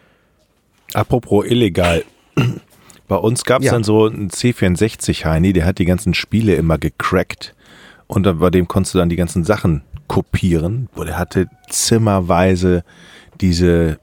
Apropos illegal. Bei uns gab es ja. dann so einen C vierundsechzig-Heini, der hat die ganzen Spiele immer gecrackt. Und dann, bei dem konntest du dann die ganzen Sachen kopieren. Boah, der hatte zimmerweise diese,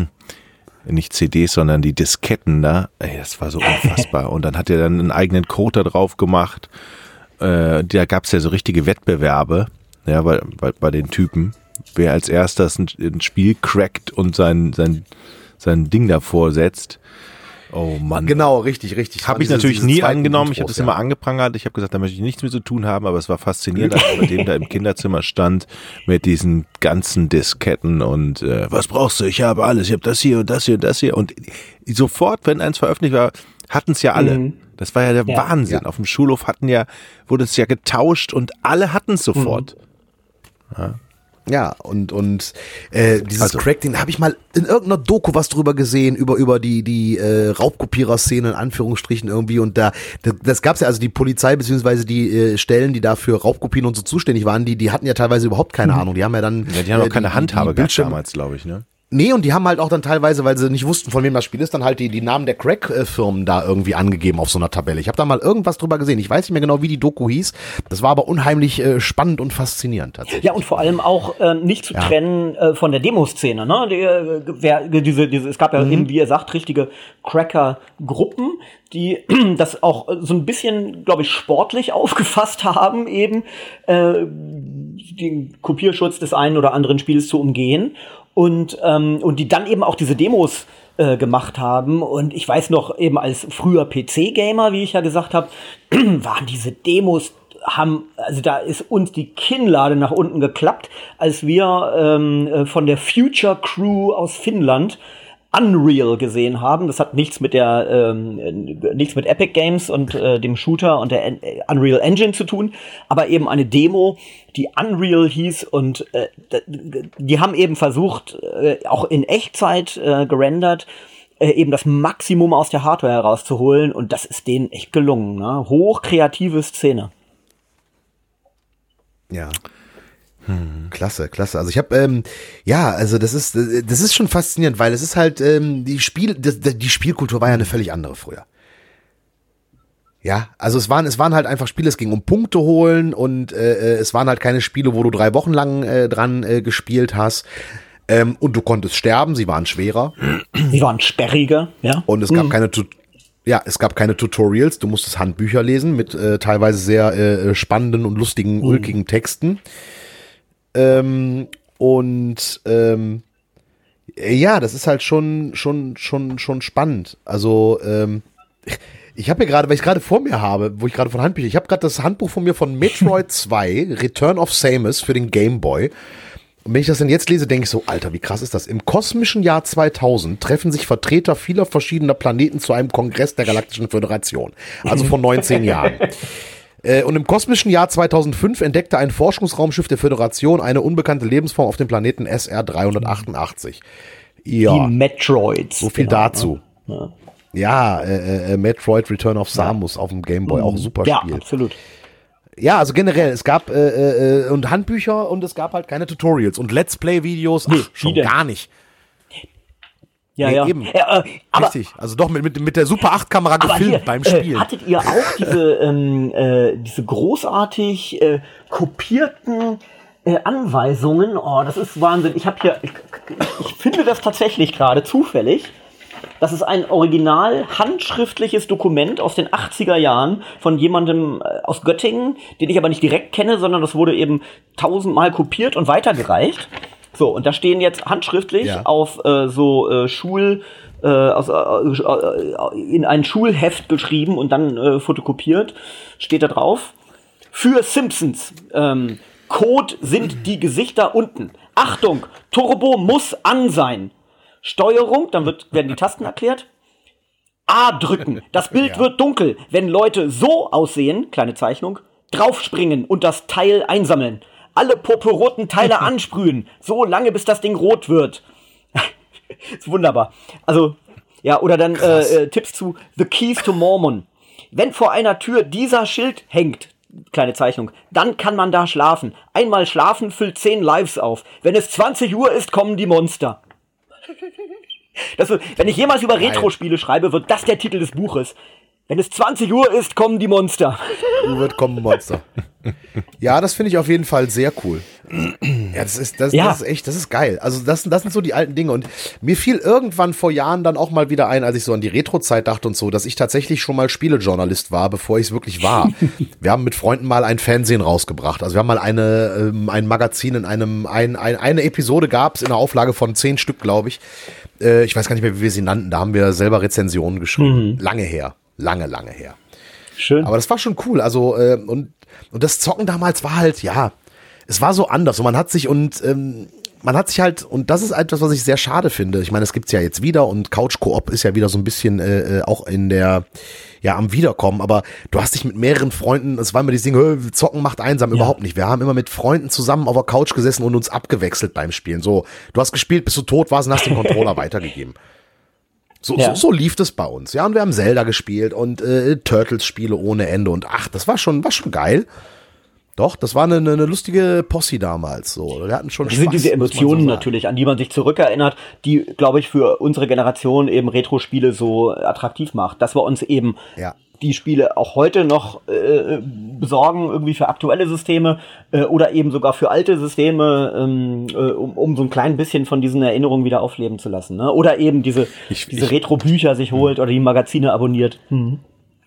nicht C Ds, sondern die Disketten da. Ey, das war so unfassbar. Und dann hat er dann einen eigenen Code da drauf gemacht. Äh, da gab es ja so richtige Wettbewerbe, ja, bei, bei, bei den Typen. Wer als erstes ein, ein Spiel crackt und sein, sein sein Ding davor setzt. Oh Mann. Genau, richtig, richtig. Habe ich natürlich nie angenommen. Ich habe das ja. immer angeprangert. Ich habe gesagt, da möchte ich nichts mehr zu tun haben, aber es war faszinierend, als er bei dem da im Kinderzimmer stand mit diesen ganzen Disketten und äh, was brauchst du? Ich habe alles. Ich habe das hier und das hier und das hier. Und sofort, wenn eins veröffentlicht war, hatten es ja alle. Mhm. Das war ja der ja. Wahnsinn. Ja. Auf dem Schulhof hatten ja, wurde es ja getauscht und alle hatten es sofort. Mhm. Ja. Ja, und und äh, dieses also. Crack-Ding, da habe ich mal in irgendeiner Doku was drüber gesehen, über über die die äh, Raubkopierer-Szene in Anführungsstrichen irgendwie, und da das, das gab's ja, also die Polizei beziehungsweise die äh, Stellen, die da für Raubkopien und so zuständig waren, die die hatten ja teilweise überhaupt keine mhm. Ahnung, die haben ja dann ja, die haben auch äh, keine die, Handhabe die gehabt damals, glaube ich, ne? Nee, und die haben halt auch dann teilweise, weil sie nicht wussten, von wem das Spiel ist, dann halt die, die Namen der Crack-Firmen da irgendwie angegeben auf so einer Tabelle. Ich habe da mal irgendwas drüber gesehen. Ich weiß nicht mehr genau, wie die Doku hieß. Das war aber unheimlich äh, spannend und faszinierend tatsächlich. Ja, und vor allem auch äh, nicht zu ja. trennen äh, von der Demoszene. Ne? Die, äh, wer, diese, diese, es gab ja mhm. eben, wie ihr sagt, richtige Cracker-Gruppen, die das auch so ein bisschen, glaube ich, sportlich aufgefasst haben, eben äh, den Kopierschutz des einen oder anderen Spiels zu umgehen. Und, ähm, und die dann eben auch diese Demos äh, gemacht haben. Und ich weiß noch, eben als früher P C-Gamer, wie ich ja gesagt habe, waren diese Demos, haben, also da ist uns die Kinnlade nach unten geklappt, als wir ähm, von der Future Crew aus Finnland Unreal gesehen haben. Das hat nichts mit der ähm, nichts mit Epic Games und äh, dem Shooter und der en- Unreal Engine zu tun, aber eben eine Demo, die Unreal hieß, und äh, die haben eben versucht, äh, auch in Echtzeit äh, gerendert, äh, eben das Maximum aus der Hardware herauszuholen, und das ist denen echt gelungen. Ne? Hochkreative Szene. Ja. Hm. Klasse, klasse. Also ich habe, ähm, ja, also das ist, das ist schon faszinierend, weil es ist halt, ähm, die Spiel, das, die Spielkultur war ja eine völlig andere früher. Ja, also es waren, es waren halt einfach Spiele, es ging um Punkte holen, und äh, es waren halt keine Spiele, wo du drei Wochen lang äh, dran äh, gespielt hast. Ähm, und du konntest sterben, sie waren schwerer. Sie waren sperriger, ja. Und es gab mhm. keine Ja, es gab keine Tutorials, du musstest Handbücher lesen mit äh, teilweise sehr äh, spannenden und lustigen, mhm. ulkigen Texten. Ähm, und ähm, ja, das ist halt schon, schon, schon, schon spannend. Also, ähm, ich habe hier gerade, weil ich gerade vor mir habe, wo ich gerade von Handbüchern, ich habe gerade das Handbuch von mir von Metroid zwei, Return of Samus für den Game Boy. Und wenn ich das denn jetzt lese, denke ich so, Alter, wie krass ist das? Im kosmischen Jahr zweitausend treffen sich Vertreter vieler verschiedener Planeten zu einem Kongress der Galaktischen Föderation. Also vor neunzehn Jahren. Äh, und im kosmischen Jahr zweitausendfünf entdeckte ein Forschungsraumschiff der Föderation eine unbekannte Lebensform auf dem Planeten S R dreihundertachtundachtzig. Ja. Die Metroids. So viel genau, dazu. Ja, ja äh, äh, Metroid Return of Samus ja. auf dem Game Boy, auch ein super ja, Spiel. Ja, absolut. Ja, also generell, es gab äh, äh, und Handbücher und es gab halt keine Tutorials und Let's Play-Videos, ach, nee, schon gar nicht. Ja, nee, ja. Eben. ja äh, aber, Richtig, also doch mit, mit, mit der Super acht Kamera gefilmt hier, beim Spiel. Äh, hattet ihr auch diese, ähm, äh, diese großartig äh, kopierten äh, Anweisungen? Oh, das ist Wahnsinn. Ich habe hier, ich, ich finde das tatsächlich gerade zufällig. Das ist ein original handschriftliches Dokument aus den achtziger Jahren von jemandem aus Göttingen, den ich aber nicht direkt kenne, sondern das wurde eben tausendmal kopiert und weitergereicht. So, und da stehen jetzt handschriftlich ja. auf äh, so äh, Schul, äh, aus, äh, äh, in ein Schulheft geschrieben und dann äh, fotokopiert, steht da drauf. Für Simpsons. Ähm, Code sind die Gesichter unten. Achtung, Turbo muss an sein. Steuerung, dann wird, werden die Tasten erklärt. A drücken, das Bild ja. wird dunkel. Wenn Leute so aussehen, kleine Zeichnung, draufspringen und das Teil einsammeln. Alle purpurroten Teile ansprühen, so lange bis das Ding rot wird. Ist wunderbar. Also, ja, oder dann äh, äh, Tipps zu The Keys to Mormon. Wenn vor einer Tür dieser Schild hängt, kleine Zeichnung, dann kann man da schlafen. Einmal schlafen füllt zehn Lives auf. Wenn es zwanzig Uhr ist, kommen die Monster. Das wird, wenn ich jemals über Retro-Spiele schreibe, wird das der Titel des Buches. Wenn es zwanzig Uhr ist, kommen die Monster. Wird kommen Monster. Ja, das finde ich auf jeden Fall sehr cool. Ja, das ist, das, ja. das ist echt, das ist geil. Also das, das sind so die alten Dinge. Und mir fiel irgendwann vor Jahren dann auch mal wieder ein, als ich so an die Retro-Zeit dachte und so, dass ich tatsächlich schon mal Spielejournalist war, bevor ich es wirklich war. Wir haben mit Freunden mal ein Fernsehen rausgebracht. Also wir haben mal eine, ähm, ein Magazin in einem, ein, ein, eine Episode gab es in einer Auflage von zehn Stück, glaube ich. Äh, ich weiß gar nicht mehr, wie wir sie nannten. Da haben wir selber Rezensionen geschrieben. Mhm. Lange her. Lange, lange her. Schön. Aber das war schon cool. Also, äh, und, und das Zocken damals war halt, ja, es war so anders. Und man hat sich und ähm, man hat sich halt, und das ist etwas, was ich sehr schade finde. Ich meine, es gibt's ja jetzt wieder und Couch-Koop ist ja wieder so ein bisschen äh, auch in der, ja, am Wiederkommen. Aber du hast dich mit mehreren Freunden, es war immer dieses Ding, äh, Zocken macht einsam, ja. Überhaupt nicht. Wir haben immer mit Freunden zusammen auf der Couch gesessen und uns abgewechselt beim Spielen. So, du hast gespielt, bis du tot warst und hast den Controller weitergegeben. So, ja. so, so lief das bei uns. Ja, und wir haben Zelda gespielt und äh, Turtles-Spiele ohne Ende. Und ach, das war schon, war schon geil. Doch, das war eine, eine lustige Posse damals. So, wir hatten schon das Spaß. Sind diese Emotionen so natürlich, an die man sich zurückerinnert, die, glaube ich, für unsere Generation eben Retro-Spiele so attraktiv macht. Dass wir uns eben ja. die Spiele auch heute noch äh, besorgen, irgendwie für aktuelle Systeme äh, oder eben sogar für alte Systeme, ähm, äh, um, um so ein klein bisschen von diesen Erinnerungen wieder aufleben zu lassen. Ne? Oder eben diese, ich, diese Retro-Bücher sich holt oder die Magazine abonniert. Hm.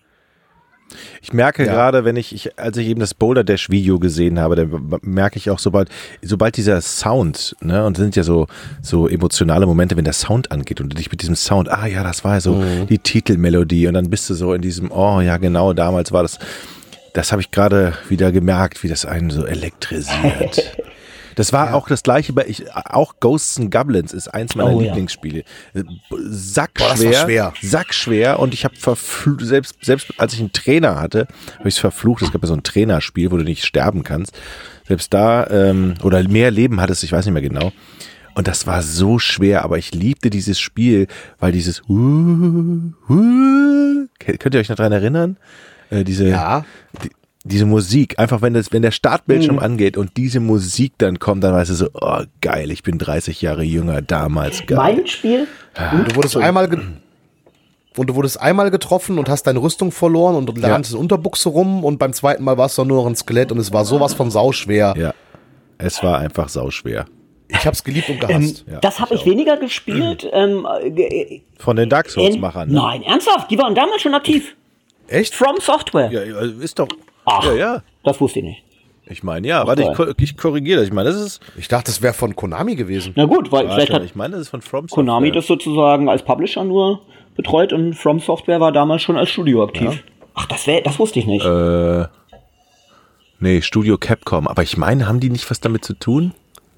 Ich merke ja. gerade, wenn ich, ich, als ich eben das Boulder Dash Video gesehen habe, dann merke ich auch, sobald, sobald dieser Sound, ne, und das sind ja so, so emotionale Momente, wenn der Sound angeht und du dich mit diesem Sound, ah ja, das war ja so mhm. die Titelmelodie und dann bist du so in diesem, oh ja, genau, damals war das, das habe ich gerade wieder gemerkt, wie das einen so elektrisiert. Das war ja. auch das gleiche bei, ich, auch Ghosts and Goblins ist eins meiner oh, Lieblingsspiele. Ja. Sackschwer, Boah, sackschwer und ich habe verflucht, selbst, selbst als ich einen Trainer hatte, habe ich es verflucht, es gab ja so ein Trainerspiel, wo du nicht sterben kannst. Selbst da, ähm, oder mehr Leben hattest, ich weiß nicht mehr genau. Und das war so schwer, aber ich liebte dieses Spiel, weil dieses uh, uh, könnt ihr euch noch dran erinnern? Äh, diese, ja. die, Diese Musik, einfach wenn das, wenn der Startbildschirm mhm. angeht und diese Musik dann kommt, dann weißt du so, oh geil, ich bin dreißig Jahre jünger, damals geil. Mein Spiel? Und du wurdest einmal ge- und du wurdest einmal getroffen und hast deine Rüstung verloren und lernst ja. in Unterbuchse rum und beim zweiten Mal warst du nur noch ein Skelett und es war sowas von sauschwer. Ja, es war einfach sauschwer. Ich hab's geliebt und gehasst. Ähm, Ja, das habe ich ich, weniger gespielt. Ähm, äh, Von den Dark Souls-Machern. Ne? Nein, ernsthaft, die waren damals schon aktiv. Echt? From Software. Ja, ja, ist doch. Ach, Ja, ja. das wusste ich nicht. Ich meine, ja. Warte, ich, ko- ich korrigiere das. Ich meine, das ist. Ich dachte, das wäre von Konami gewesen. Na gut, weil vielleicht Warte, hat ich meine, das ist von From Konami Software. das sozusagen als Publisher nur betreut und From Software war damals schon als Studio aktiv. Ach, das wäre, das wusste ich nicht. Äh, nee, Studio Capcom. Aber ich meine, haben die nicht was damit zu tun?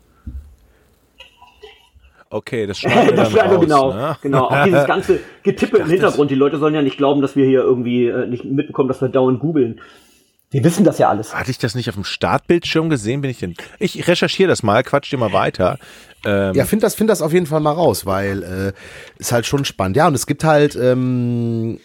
Okay, das schneiden wir das dann wäre raus, genau, ne? genau. Auch dieses ganze Getippe im Hintergrund. Die Leute sollen ja nicht glauben, dass wir hier irgendwie äh, nicht mitbekommen, dass wir dauernd googeln. Wir wissen das ja alles. Hatte ich das nicht auf dem Startbildschirm gesehen? Bin ich denn? Ich recherchiere das mal, quatsch dir mal weiter. Ähm, Ja, find das, find das auf jeden Fall mal raus, weil äh, ist halt schon spannend. Ja, und es gibt halt, ähm,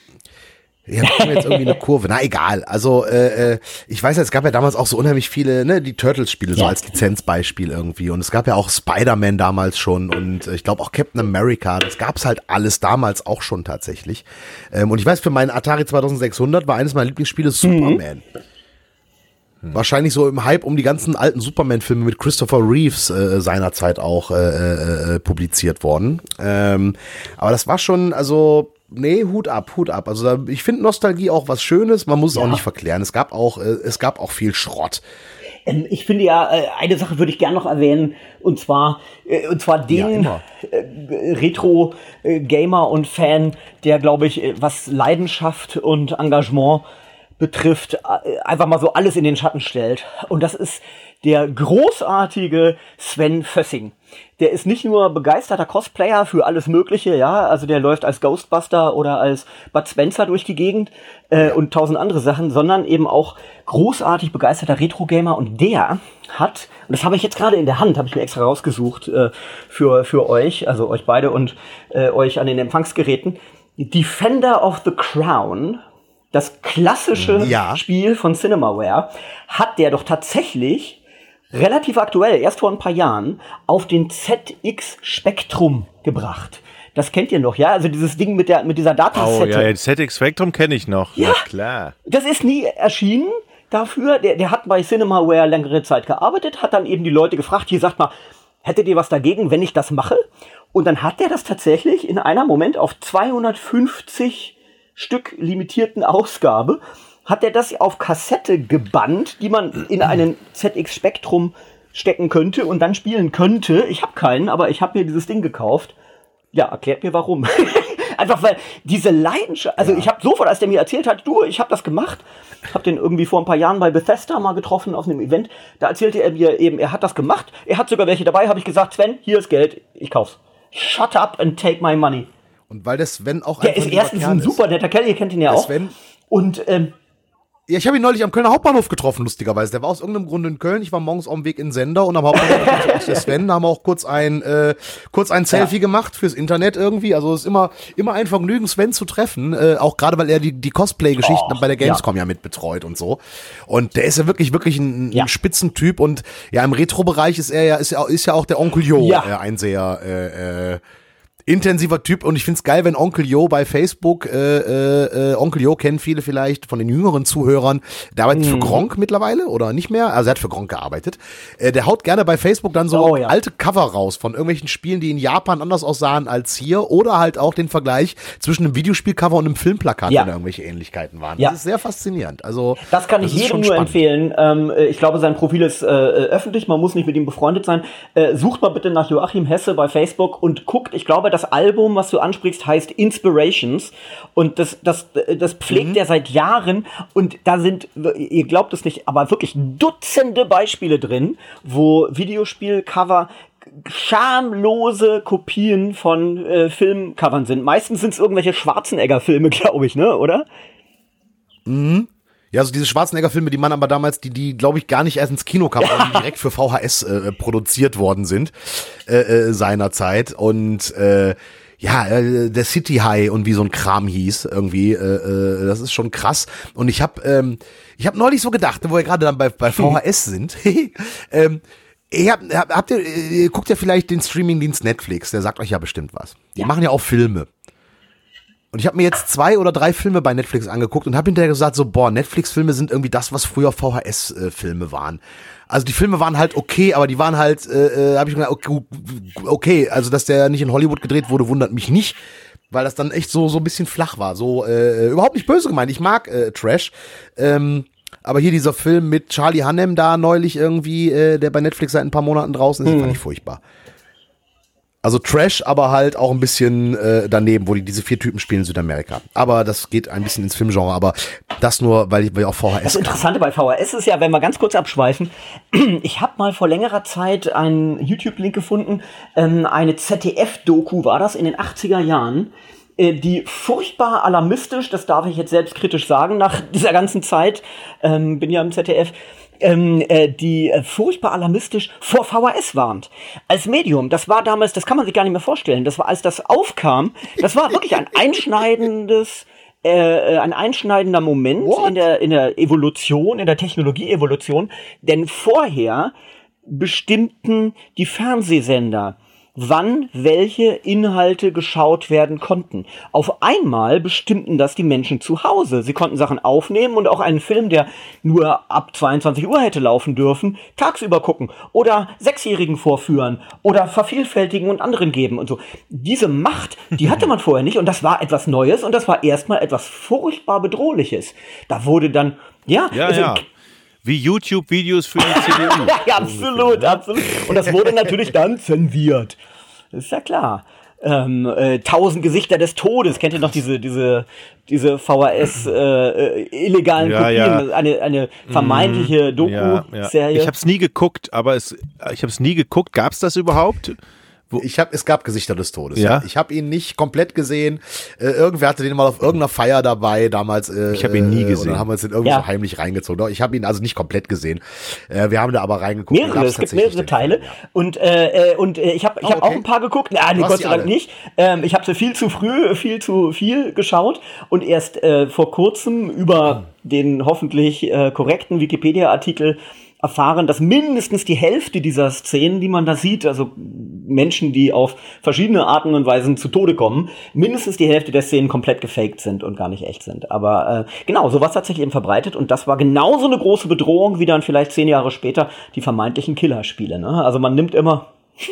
ja, wir haben jetzt irgendwie eine Kurve. Na egal. Also äh, äh, ich weiß ja, es gab ja damals auch so unheimlich viele, ne, die Turtles-Spiele so Ja. als Lizenzbeispiel irgendwie. Und es gab ja auch Spider-Man damals schon und äh, ich glaube auch Captain America. Das gab's halt alles damals auch schon tatsächlich. Ähm, und ich weiß, für meinen Atari zweitausendsechshundert war eines meiner Lieblingsspiele Superman. Wahrscheinlich so im Hype um die ganzen alten Superman-Filme mit Christopher Reeves äh, seinerzeit auch äh, äh, äh, publiziert worden. Ähm, aber das war schon, also, nee, Hut ab, Hut ab. Also da, ich finde Nostalgie auch was Schönes, man muss es Ja. auch nicht verklären. Es gab auch, äh, es gab auch viel Schrott. Ähm, ich finde ja, äh, eine Sache würde ich gerne noch erwähnen, und zwar, äh, und zwar Ja, den immer. äh, Retro-Gamer und Fan, der, glaube ich, äh, was Leidenschaft und Engagement betrifft, äh, einfach mal so alles in den Schatten stellt. Und das ist der großartige Sven Fössing. Der ist nicht nur begeisterter Cosplayer für alles Mögliche, ja, also der läuft als Ghostbuster oder als Bud Spencer durch die Gegend äh, und tausend andere Sachen, sondern eben auch großartig begeisterter Retro-Gamer, und der hat, und das habe ich jetzt gerade in der Hand, habe ich mir extra rausgesucht äh, für, für euch, also euch beide und äh, euch an den Empfangsgeräten, Defender of the Crown, das klassische Ja. Spiel von Cinemaware, hat der doch tatsächlich relativ aktuell, erst vor ein paar Jahren, auf den Z X Spectrum gebracht. Das kennt ihr noch, ja? Also dieses Ding mit der mit dieser Oh Datasette. ja, ja, Z X Spectrum kenne ich noch. Ja. Ja, klar. Das ist nie erschienen dafür. Der, der hat bei Cinemaware längere Zeit gearbeitet, hat dann eben die Leute gefragt, hier sagt mal, hättet ihr was dagegen, wenn ich das mache? Und dann hat der das tatsächlich in einer Moment auf zweihundertfünfzig Stück limitierten Ausgabe, hat er das auf Kassette gebannt, die man in einen Z X Spectrum stecken könnte und dann spielen könnte. Ich habe keinen, aber ich habe mir dieses Ding gekauft. Ja, erklärt mir warum. Einfach weil diese Leidenschaft, also ich habe sofort, als der mir erzählt hat, du, ich habe das gemacht, habe den irgendwie vor ein paar Jahren bei Bethesda mal getroffen auf einem Event, da erzählte er mir eben, er hat das gemacht, er hat sogar welche dabei, habe ich gesagt, Sven, hier ist Geld, ich kauf's. Shut up and take my money. Und weil der Sven auch Der einfach ist ein lieber erstens Kerl ein ist. super netter Kerl, ihr kennt ihn ja Der auch. Sven- Und ähm, Ja, ich habe ihn neulich am Kölner Hauptbahnhof getroffen, lustigerweise. Der war aus irgendeinem Grund in Köln. Ich war morgens auf dem Weg in den Sender und am Hauptbahnhof ist der Sven. Da haben wir auch kurz ein, äh, kurz ein Selfie Ja. gemacht fürs Internet irgendwie. Also es ist immer, immer ein Vergnügen, Sven zu treffen. Äh, auch gerade, weil er die, die Cosplay-Geschichten Oh, bei der Gamescom ja. ja mit betreut und so. Und der ist ja wirklich, wirklich ein, Ja. ein Spitzentyp. Und ja, im Retro-Bereich ist er ja, ist ja, ist ja auch der Onkel Jo Ja. äh, ein sehr, äh, äh, intensiver Typ, und ich find's geil, wenn Onkel Jo bei Facebook, äh, äh, äh, Onkel Jo kennen viele vielleicht von den jüngeren Zuhörern, der arbeitet Mhm. für Gronkh mittlerweile oder nicht mehr, also er hat für Gronkh gearbeitet. Äh, der haut gerne bei Facebook dann so Oh, ja. alte Cover raus von irgendwelchen Spielen, die in Japan anders aussahen als hier, oder halt auch den Vergleich zwischen einem Videospielcover und einem Filmplakat, Ja. wenn da irgendwelche Ähnlichkeiten waren. Ja. Das ist sehr faszinierend. Also das kann ich ist jedem schon nur spannend. empfehlen. Ähm, äh, ich glaube, sein Profil ist äh, äh, öffentlich, man muss nicht mit ihm befreundet sein. Äh, sucht mal bitte nach Joachim Hesse bei Facebook und guckt, ich glaube, das Album, was du ansprichst, heißt Inspirations, und das, das, das pflegt Mhm. er seit Jahren, und da sind, ihr glaubt es nicht, aber wirklich Dutzende Beispiele drin, wo Videospielcover schamlose Kopien von äh, Filmcovern sind. Meistens sind es irgendwelche Schwarzenegger-Filme, glaube ich, ne, oder? Ja, also diese Schwarzenegger-Filme, die man aber damals, die, die glaube ich gar nicht erst ins Kino kamen, sondern die direkt für V H S äh, produziert worden sind, äh, äh, seinerzeit. Und äh, ja, äh, der City High und wie so ein Kram hieß irgendwie, äh, äh, das ist schon krass. Und ich habe ähm, ich habe neulich so gedacht, wo wir gerade dann bei, bei V H S sind, ähm, ihr habt, habt ihr, ihr guckt ja vielleicht den Streamingdienst Netflix, der sagt euch ja bestimmt was. Die Ja. machen ja auch Filme. Und ich habe mir jetzt zwei oder drei Filme bei Netflix angeguckt und habe hinterher gesagt, so, boah, Netflix-Filme sind irgendwie das, was früher V H S-Filme waren. Also die Filme waren halt okay, aber die waren halt, äh, habe ich mir gedacht, okay, okay, also dass der nicht in Hollywood gedreht wurde, wundert mich nicht, weil das dann echt so so ein bisschen flach war. So äh, überhaupt nicht böse gemeint, ich mag äh, Trash. Ähm, aber hier dieser Film mit Charlie Hunnam da neulich irgendwie, äh, der bei Netflix seit ein paar Monaten draußen ist, mhm. fand ich furchtbar. Also Trash, aber halt auch ein bisschen äh, daneben, wo die diese vier Typen spielen in Südamerika. Aber das geht ein bisschen ins Filmgenre, aber das nur, weil ich, weil ich auch V H S Das Interessante bei V H S ist ja, wenn wir ganz kurz abschweifen, ich habe mal vor längerer Zeit einen YouTube-Link gefunden, ähm, eine Z D F-Doku war das in den achtziger Jahren, äh, die furchtbar alarmistisch, das darf ich jetzt selbstkritisch sagen, nach dieser ganzen Zeit, ähm, bin ja im Z D F, Ähm, äh, die äh, furchtbar alarmistisch vor V H S warnt. Als Medium, das war damals, das kann man sich gar nicht mehr vorstellen, das war, als das aufkam, das war wirklich ein einschneidendes, äh, ein einschneidender Moment What? in der in der Evolution, in der Technologie-Evolution, denn vorher bestimmten die Fernsehsender, wann welche Inhalte geschaut werden konnten. Auf einmal bestimmten das die Menschen zu Hause. Sie konnten Sachen aufnehmen und auch einen Film, der nur ab zweiundzwanzig Uhr hätte laufen dürfen, tagsüber gucken oder Sechsjährigen vorführen oder vervielfältigen und anderen geben und so. Diese Macht, die hatte man vorher nicht und das war etwas Neues und das war erstmal etwas furchtbar Bedrohliches. Da wurde dann, ja, ja, also, ja. Wie YouTube-Videos für die C D U. Ja, absolut, absolut. Und das wurde natürlich dann zensiert. Das ist ja klar. Ähm, äh, Tausend Gesichter des Todes. Kennt ihr noch diese diese diese V H S äh, äh, illegalen ja, Kopien? ja. Eine eine vermeintliche Doku-Serie. Ja, ja. Ich habe es nie geguckt, aber es ich habe es nie geguckt. Gab es das überhaupt? Wo? Ich hab, es gab Gesichter des Todes. Ja? Ja. Ich habe ihn nicht komplett gesehen. Äh, irgendwer hatte den mal auf irgendeiner Feier dabei damals. Äh, ich habe ihn nie gesehen. Und dann haben wir uns den irgendwie ja. so heimlich reingezogen. Doch, ich habe ihn also nicht komplett gesehen. Äh, wir haben da aber reingeguckt. Mehrere, es gibt mehrere Teile. Ja. Und äh, und äh, ich habe ich oh, hab okay. auch ein paar geguckt. Na, nee, Gott sei Dank nicht. Ähm, ich habe sie viel zu früh, viel zu viel geschaut und erst äh, vor kurzem über den hoffentlich äh, korrekten Wikipedia-Artikel erfahren, dass mindestens die Hälfte dieser Szenen, die man da sieht, also Menschen, die auf verschiedene Arten und Weisen zu Tode kommen, mindestens die Hälfte der Szenen komplett gefaked sind und gar nicht echt sind. Aber äh, genau, sowas hat sich eben verbreitet und das war genauso eine große Bedrohung wie dann vielleicht zehn Jahre später die vermeintlichen Killerspiele. Ne? Also man nimmt immer...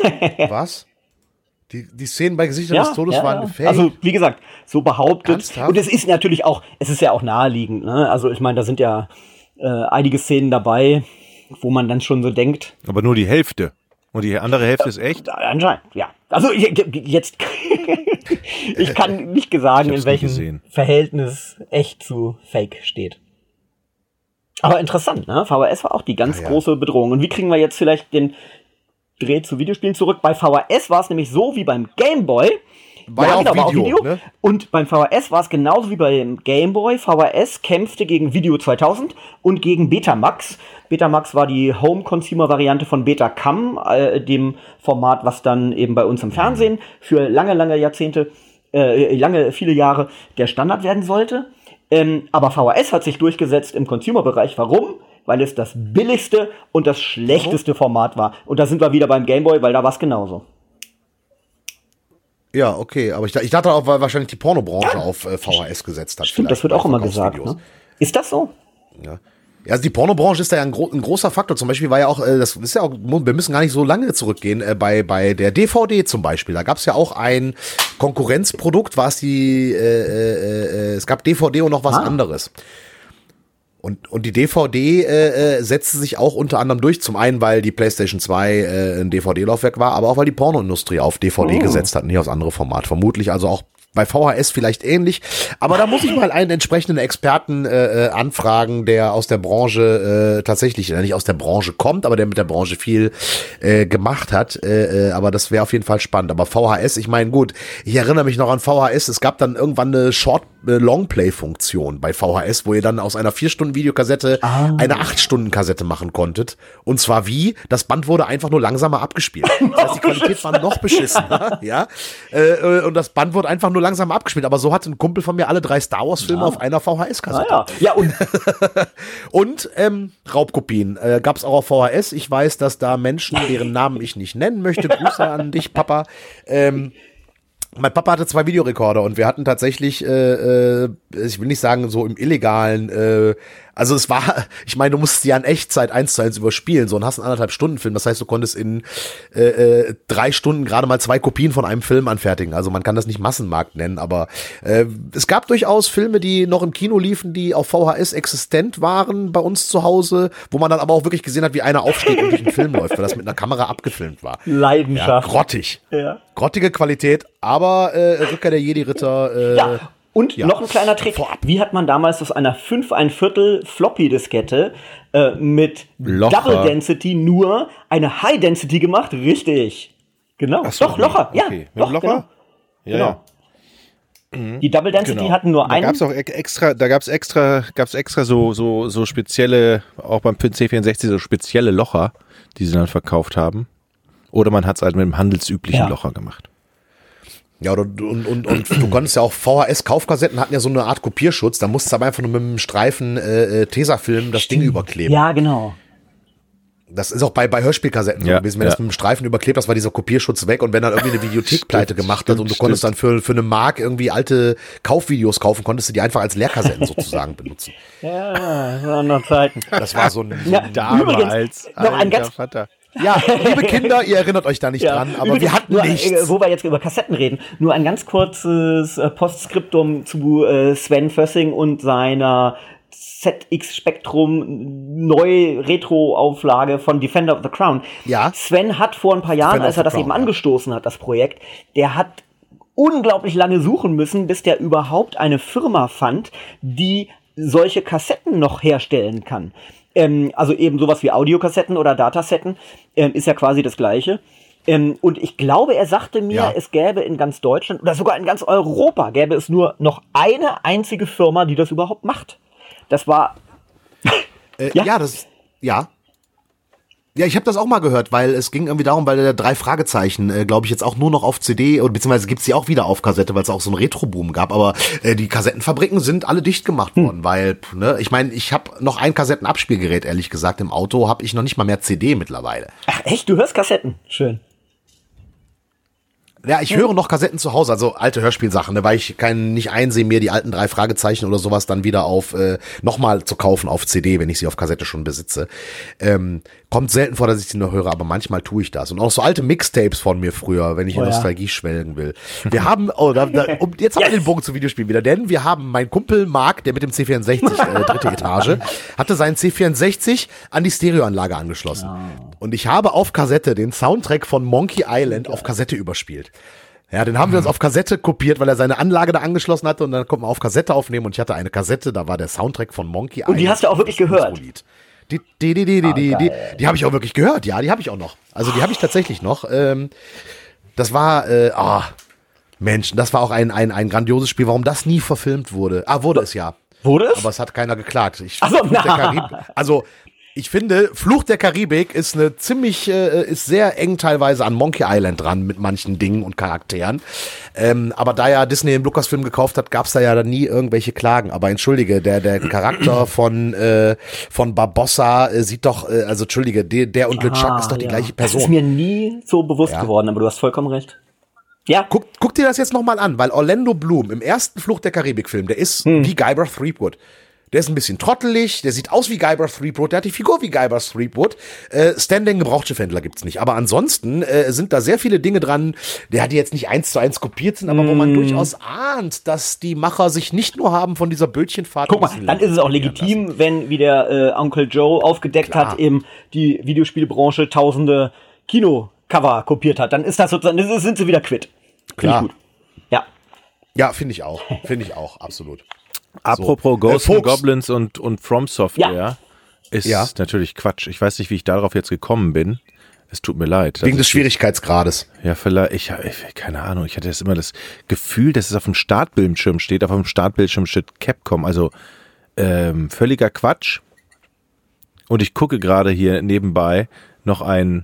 Was? Die, die Szenen bei Gesichtern ja, des Todes ja, waren ja. gefaked? Also wie gesagt, so behauptet. Ernsthaft? Und es ist natürlich auch, es ist ja auch naheliegend. Ne? Also ich meine, da sind ja äh, einige Szenen dabei, wo man dann schon so denkt. Aber nur die Hälfte. Und die andere Hälfte ist echt? Anscheinend, ja. Also jetzt, ich kann nicht sagen, in welchem Verhältnis echt zu Fake steht. Aber interessant, ne? V H S war auch die ganz ja, ja. große Bedrohung. Und wie kriegen wir jetzt vielleicht den Dreh zu Videospielen zurück? Bei V H S war es nämlich so wie beim Game Boy. War ja, genau, auch, Video, war auch Video. Ne? Und beim V H S war es genauso wie beim Game Boy. V H S kämpfte gegen Video zweitausend und gegen Betamax. Betamax war die Home-Consumer-Variante von Betacam, äh, dem Format, was dann eben bei uns im Fernsehen für lange, lange Jahrzehnte, äh, lange, viele Jahre der Standard werden sollte. Ähm, aber V H S hat sich durchgesetzt im Consumer-Bereich. Warum? Weil es das billigste und das schlechteste Format war. Und da sind wir wieder beim Game Boy, weil da war es genauso. Ja, okay, aber ich, ich dachte auch, weil wahrscheinlich die Pornobranche ja. auf äh, V H S gesetzt hat. Stimmt, das wird auch immer gesagt. Ne? Ist das so? Ja. Ja, also die Pornobranche ist da ja ein, gro- ein großer Faktor. Zum Beispiel war ja auch, äh, das ist ja auch, wir müssen gar nicht so lange zurückgehen, äh, bei bei der D V D zum Beispiel. Da gab es ja auch ein Konkurrenzprodukt, war es die, äh, äh, äh, es gab D V D und noch was ah. anderes. Und, und die D V D äh, setzte sich auch unter anderem durch. Zum einen, weil die PlayStation zwei äh, ein D V D-Laufwerk war, aber auch, weil die Pornoindustrie auf D V D oh. gesetzt hat, nicht aufs andere Format. Vermutlich also auch bei V H S vielleicht ähnlich. Aber da muss ich mal einen entsprechenden Experten äh, anfragen, der aus der Branche äh, tatsächlich, äh, nicht aus der Branche kommt, aber der mit der Branche viel äh, gemacht hat. Äh, aber das wäre auf jeden Fall spannend. Aber V H S, ich meine, gut, ich erinnere mich noch an V H S. Es gab dann irgendwann eine Short Longplay-Funktion bei V H S, wo ihr dann aus einer vier Stunden Videokassette ah. eine acht Stunden Kassette machen konntet. Und zwar wie? Das Band wurde einfach nur langsamer abgespielt. Das heißt, die Qualität war noch beschissener. Ja? Äh, und das Band wurde einfach nur langsamer abgespielt. Aber so hatte ein Kumpel von mir alle drei Star Wars-Filme ja. auf einer V H S-Kassette. Ah, ja. ja, und und ähm, Raubkopien äh, gab es auch auf V H S. Ich weiß, dass da Menschen, deren Namen ich nicht nennen möchte, Grüße an dich, Papa, ähm, Mein Papa hatte zwei Videorekorder und wir hatten tatsächlich, äh, äh, ich will nicht sagen so im illegalen, äh, also es war, ich meine, du musst ja in Echtzeit eins zu eins überspielen, so und hast einen anderthalb Stunden Film, das heißt, du konntest in äh, äh, drei Stunden gerade mal zwei Kopien von einem Film anfertigen, also man kann das nicht Massenmarkt nennen, aber äh, es gab durchaus Filme, die noch im Kino liefen, die auf V H S existent waren bei uns zu Hause, wo man dann aber auch wirklich gesehen hat, wie einer aufsteht und durch den Film läuft, weil das mit einer Kamera abgefilmt war. Leidenschaft. Ja, grottig. Ja. Grottige Qualität, aber äh, Rückkehr der Jedi-Ritter. Äh, Ja, und ja. noch ein kleiner Trick. Vorab. Wie hat man damals aus einer fünf ein Viertel Floppy-Diskette äh, mit Locher. Double Density nur eine High Density gemacht? Richtig. Genau. Ach so, Doch, Locher. Ja, okay. Mit doch, dem Locher? Genau. Ja, genau. Die Double Density Genau. hatten nur Da einen. gab's auch e- extra, da gab's extra, gab's extra so, so, so spezielle, auch beim C vierundsechzig so spezielle Locher, die sie dann verkauft haben. Oder man hat's halt mit dem handelsüblichen Ja. Locher gemacht. Ja, und, und, und, und du konntest ja auch V H S-Kaufkassetten hatten ja so eine Art Kopierschutz, da musst du aber einfach nur mit einem Streifen äh, Tesafilm das Ding überkleben. Ja, genau. Das ist auch bei, bei Hörspielkassetten so Ja, gewesen, wenn ja. das mit einem Streifen überklebt, das war dieser Kopierschutz weg und wenn dann irgendwie eine Videothek pleite gemacht hat stimmt, und du konntest stimmt. dann für, für eine Mark irgendwie alte Kaufvideos kaufen, konntest du die einfach als Leerkassetten sozusagen benutzen. Ja, das waren noch Zeiten. Das war so ein, so Ja, ein übrigens, noch ein ganz, Vater. ja, liebe Kinder, ihr erinnert euch da nicht Ja, dran, aber übrigens, wir hatten nur, nichts. äh, wo wir jetzt über Kassetten reden, nur ein ganz kurzes äh, Postskriptum zu äh, Sven Fössing und seiner Z X Spectrum Neu-Retro-Auflage von Defender of the Crown. Ja. Sven hat vor ein paar Jahren, Defender als of er the das Crown, eben ja. angestoßen hat, das Projekt, der hat unglaublich lange suchen müssen, bis der überhaupt eine Firma fand, die solche Kassetten noch herstellen kann. Ähm, also eben sowas wie Audiokassetten oder Datasetten, ähm, ist ja quasi das Gleiche. Ähm, und ich glaube, er sagte mir, Ja. es gäbe in ganz Deutschland oder sogar in ganz Europa, gäbe es nur noch eine einzige Firma, die das überhaupt macht. Das war... Äh, Ja. ja. das, ja. Ja, ich habe das auch mal gehört, weil es ging irgendwie darum, weil der drei Fragezeichen, äh, glaube ich, jetzt auch nur noch auf C D, oder beziehungsweise gibt's die auch wieder auf Kassette, weil es auch so einen Retro-Boom gab, aber äh, die Kassettenfabriken sind alle dicht gemacht worden, weil, pff, ne, ich meine, ich habe noch ein Kassettenabspielgerät, ehrlich gesagt, im Auto habe ich noch nicht mal mehr C D mittlerweile. Ach echt, du hörst Kassetten? Schön. Ja, ich höre noch Kassetten zu Hause, also alte Hörspielsachen, ne, weil ich kann nicht einsehen, mir die alten drei Fragezeichen oder sowas dann wieder auf äh, nochmal zu kaufen auf C D, wenn ich sie auf Kassette schon besitze. Ähm, kommt selten vor, dass ich sie noch höre, aber manchmal tue ich das. Und auch so alte Mixtapes von mir früher, wenn ich in Oh ja. Nostalgie schwelgen will. Wir haben, oh, da, da, um, jetzt haben wir Yes. den Bogen zum Videospiel wieder, denn wir haben, mein Kumpel Marc, der mit dem C vierundsechzig, äh, dritte Etage, hatte seinen C vierundsechzig an die Stereoanlage angeschlossen. Und ich habe auf Kassette den Soundtrack von Monkey Island auf Kassette überspielt. Ja, den haben wir uns auf Kassette kopiert, weil er seine Anlage da angeschlossen hatte und dann konnte man auf Kassette aufnehmen und ich hatte eine Kassette, da war der Soundtrack von Monkey Island. Und die hast du auch wirklich gehört? Intro-Lied. Die, die, die, die, die, die, die, die habe ich auch wirklich gehört, ja, die habe ich auch noch. Also die habe ich tatsächlich noch. Ähm, das war, äh, ah, Mensch, das war auch ein, ein, ein grandioses Spiel, warum das nie verfilmt wurde. Ah, wurde es ja. Wurde es? Aber es hat keiner geklagt. Ich, Ach so, Fluch der na. Karibik, also ich finde, Fluch der Karibik ist eine ziemlich, äh, ist sehr eng teilweise an Monkey Island dran mit manchen Dingen und Charakteren. Ähm, aber da ja Disney den Lucasfilm gekauft hat, gab's da ja dann nie irgendwelche Klagen. Aber entschuldige, der der Charakter von äh, von Barbossa äh, sieht doch, äh, also entschuldige, der, der und LeChuck Ah, ist doch die ja. gleiche Das ist Person. mir nie so bewusst Ja. geworden, aber du hast vollkommen recht. Ja, Guck, guck dir das jetzt nochmal an, weil Orlando Bloom im ersten Fluch der Karibik-Film, der ist Hm. wie Guybrush Threepwood. Der ist ein bisschen trottelig, der sieht aus wie Guybrush Threepwood, der hat die Figur wie Guybrush Threepwood. Äh, Standing Gebrauchschiffhändler gibt's nicht. Aber ansonsten äh, sind da sehr viele Dinge dran, der hat die jetzt nicht eins zu eins kopiert sind, aber wo Hm. man durchaus ahnt, dass die Macher sich nicht nur haben von dieser Bötchenfahrt. guck mal, ein bisschen dann ist es auch inspirieren lassen. legitim, wenn, wie der äh, Onkel Joe aufgedeckt Klar. hat, eben die Videospielbranche tausende Kinocover kopiert hat. Dann ist das sozusagen, das ist- sind sie wieder quitt. Find Klar. Ich gut. Ja. Ja, finde ich auch. Finde ich auch, absolut. Apropos Äh, Ghosts and Fuchs. Goblins und, und From Software Ja. ist Ja. natürlich Quatsch. Ich weiß nicht, wie ich darauf jetzt gekommen bin. Es tut mir leid. Wegen Das des ist- Schwierigkeitsgrades. Ja, vielleicht, ich, ich, keine Ahnung, ich hatte jetzt immer das Gefühl, dass es auf dem Startbildschirm steht, auf dem Startbildschirm steht Capcom, also ähm, völliger Quatsch. Und ich gucke gerade hier nebenbei noch ein,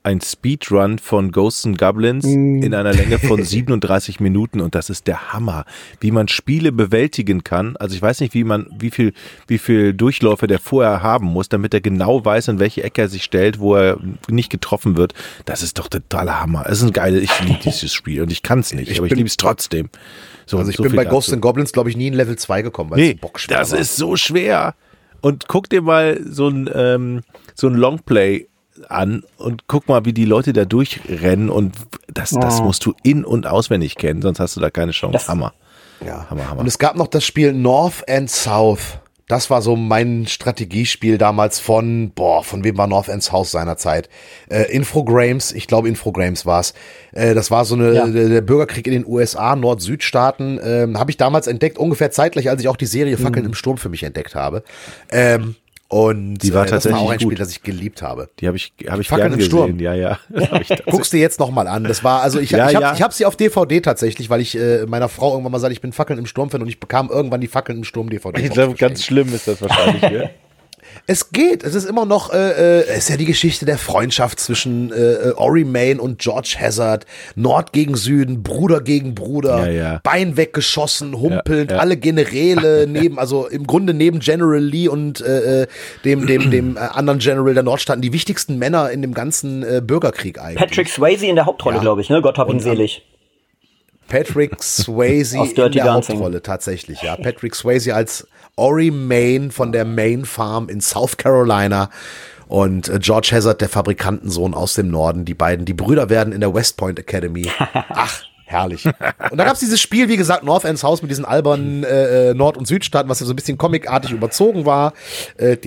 ein Speedrun von Ghosts and Goblins mm. in einer Länge von siebenunddreißig Minuten und das ist der Hammer, wie man Spiele bewältigen kann. Also ich weiß nicht, wie man, wie viel, wie viel Durchläufe der vorher haben muss, damit er genau weiß, in welche Ecke er sich stellt, wo er nicht getroffen wird. Das ist doch totaler Hammer. Es ist ein geiles, ich liebe dieses Spiel und ich kann es nicht, ich aber ich liebe es trotzdem. So, also ich so bin bei dazu. Ghosts and Goblins, glaube ich, nie in Level zwei gekommen, weil nee, es Bock schwer das war. ist so schwer. Und guck dir mal so ein, ähm, so ein Longplay an und guck mal, wie die Leute da durchrennen und das, das musst du in- und auswendig kennen, sonst hast du da keine Chance. Das, Hammer. Ja. Hammer, Hammer. Und es gab noch das Spiel North and South. Das war so mein Strategiespiel damals von, boah, von wem war North and South seinerzeit? Äh, Infogrames, ich glaube Infogrames war's. Äh, das war so eine, ja. der, der Bürgerkrieg in den U S A, Nord-Süd-Staaten. Ähm, habe ich damals entdeckt, ungefähr zeitgleich, als ich auch die Serie Fackeln mhm. im Sturm für mich entdeckt habe. Ähm, Und die war äh, tatsächlich das war auch ein gut. Spiel, das ich geliebt habe. Die habe ich, habe ich Fackeln gern im Sturm. gesehen. Ja, ja. Guckst dir jetzt noch mal an. Das war also ich, ja, ich habe ja. ich hab sie auf D V D tatsächlich, weil ich äh, meiner Frau irgendwann mal sagte, ich bin Fackeln im Sturm Fan und ich bekam irgendwann die Fackeln im Sturm D V D. Ich glaube, ganz schlimm ist das wahrscheinlich. Ja? Es geht. Es ist immer noch, äh, es ist ja die Geschichte der Freundschaft zwischen äh, Ori Main und George Hazard. Nord gegen Süden, Bruder gegen Bruder, ja, ja. Bein weggeschossen, humpelnd, ja, ja. alle Generäle neben, also im Grunde neben General Lee und äh, dem dem dem äh, anderen General der Nordstaaten, die wichtigsten Männer in dem ganzen äh, Bürgerkrieg eigentlich. Patrick Swayze in der Hauptrolle, ja. glaube ich, ne? Gott hab ihn selig. Patrick Swayze in der Dancing. Hauptrolle, tatsächlich, ja. Patrick Swayze als Ori Main von der Main Farm in South Carolina und äh, George Hazard, der Fabrikantensohn aus dem Norden. Die beiden, die Brüder werden in der West Point Academy. Ach, herrlich. Und da gab's dieses Spiel, wie gesagt, North and South mit diesen albernen äh, Nord- und Südstaaten, was ja so ein bisschen comicartig überzogen war. Äh,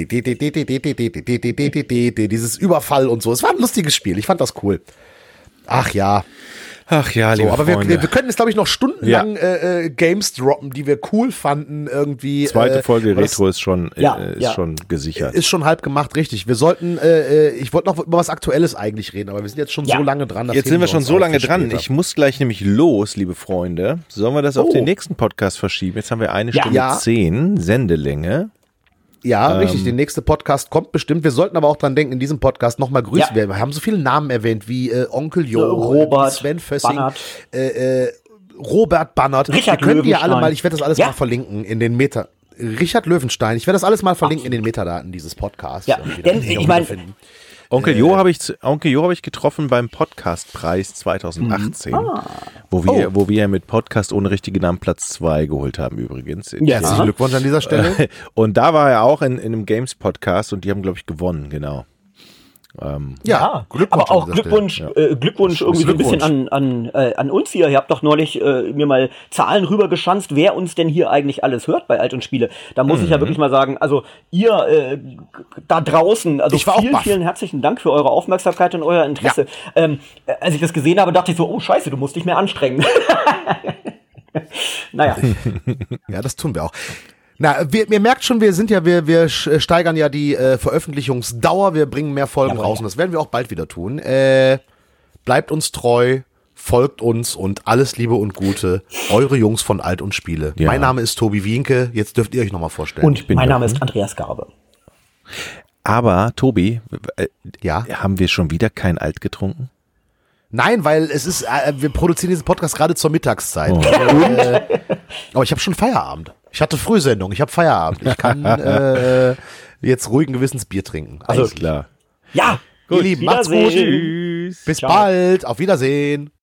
dieses Überfall und so. Es war ein lustiges Spiel. Ich fand das cool. Ach ja. Ach ja, so, liebe aber wir, Freunde. wir, wir können jetzt, glaube ich, noch stundenlang ja. äh, äh, Games droppen, die wir cool fanden irgendwie. Zweite äh, Folge Retro ist schon ja, äh, ist ja. schon gesichert. Ist schon halb gemacht, richtig. Wir sollten, äh, ich wollte noch über was Aktuelles eigentlich reden, aber wir sind jetzt schon ja. so lange dran. Jetzt sind wir schon so lange dran. Ich muss gleich nämlich los, liebe Freunde. Sollen wir das oh. auf den nächsten Podcast verschieben? Jetzt haben wir eine ja. Stunde ja. zehn Sendelänge. Ja, ähm, richtig. Der nächste Podcast kommt bestimmt. Wir sollten aber auch dran denken, in diesem Podcast nochmal grüßen. Ja. Wir haben so viele Namen erwähnt, wie äh, Onkel Jo, Robert, Sven Fössing, äh, äh, Robert Bannert. Richard Wir können die ja alle Löwenstein. mal, ich werde das alles ja. mal verlinken in den Meta. Richard Löwenstein, ich werde das alles mal verlinken Absolut. in den Metadaten dieses Podcasts. Ja, denn ich meine, Onkel Jo habe ich, Onkel Jo habe ich getroffen beim Podcastpreis zwanzig achtzehn, mhm. ah. wo wir, oh. wo wir mit Podcast ohne richtigen Namen Platz zwei geholt haben übrigens. Ja, herzlichen Glückwunsch an dieser Stelle. Und da war er auch in, in einem Games Podcast und die haben, glaube ich, gewonnen, genau. Ähm, ja, Glückwunsch aber auch Glückwunsch, ja. äh, Glückwunsch irgendwie so ein bisschen an, an, äh, an uns hier. Ihr habt doch neulich äh, mir mal Zahlen rübergeschanzt, wer uns denn hier eigentlich alles hört bei Alt und Spiele. Da muss mhm. ich ja wirklich mal sagen, also ihr äh, da draußen, also vielen, vielen herzlichen Dank für eure Aufmerksamkeit und euer Interesse. Ja. Ähm, als ich das gesehen habe, dachte ich so, oh scheiße, du musst dich mehr anstrengen. Naja. Ja, das tun wir auch. Na, wir, ihr merkt schon, wir sind ja, wir, wir steigern ja die äh, Veröffentlichungsdauer, wir bringen mehr Folgen ja, raus und das werden wir auch bald wieder tun. Äh, bleibt uns treu, folgt uns und alles Liebe und Gute. Eure Jungs von Alt und Spiele. Ja. Mein Name ist Tobi Wienke, jetzt dürft ihr euch nochmal vorstellen. Und ich bin mein Name ist Andreas Garbe. Aber, Tobi, äh, ja? haben wir schon wieder kein Alt getrunken? Nein, weil es ist, äh, wir produzieren diesen Podcast gerade zur Mittagszeit. Oh. äh, aber ich habe schon Feierabend. Ich hatte Frühsendung, ich habe Feierabend. Ich kann äh, jetzt ruhigen Gewissens Bier trinken. Alles klar. Ja, gut, ihr Lieben, macht's gut. Tschüss. Bis Ciao. bald. Auf Wiedersehen.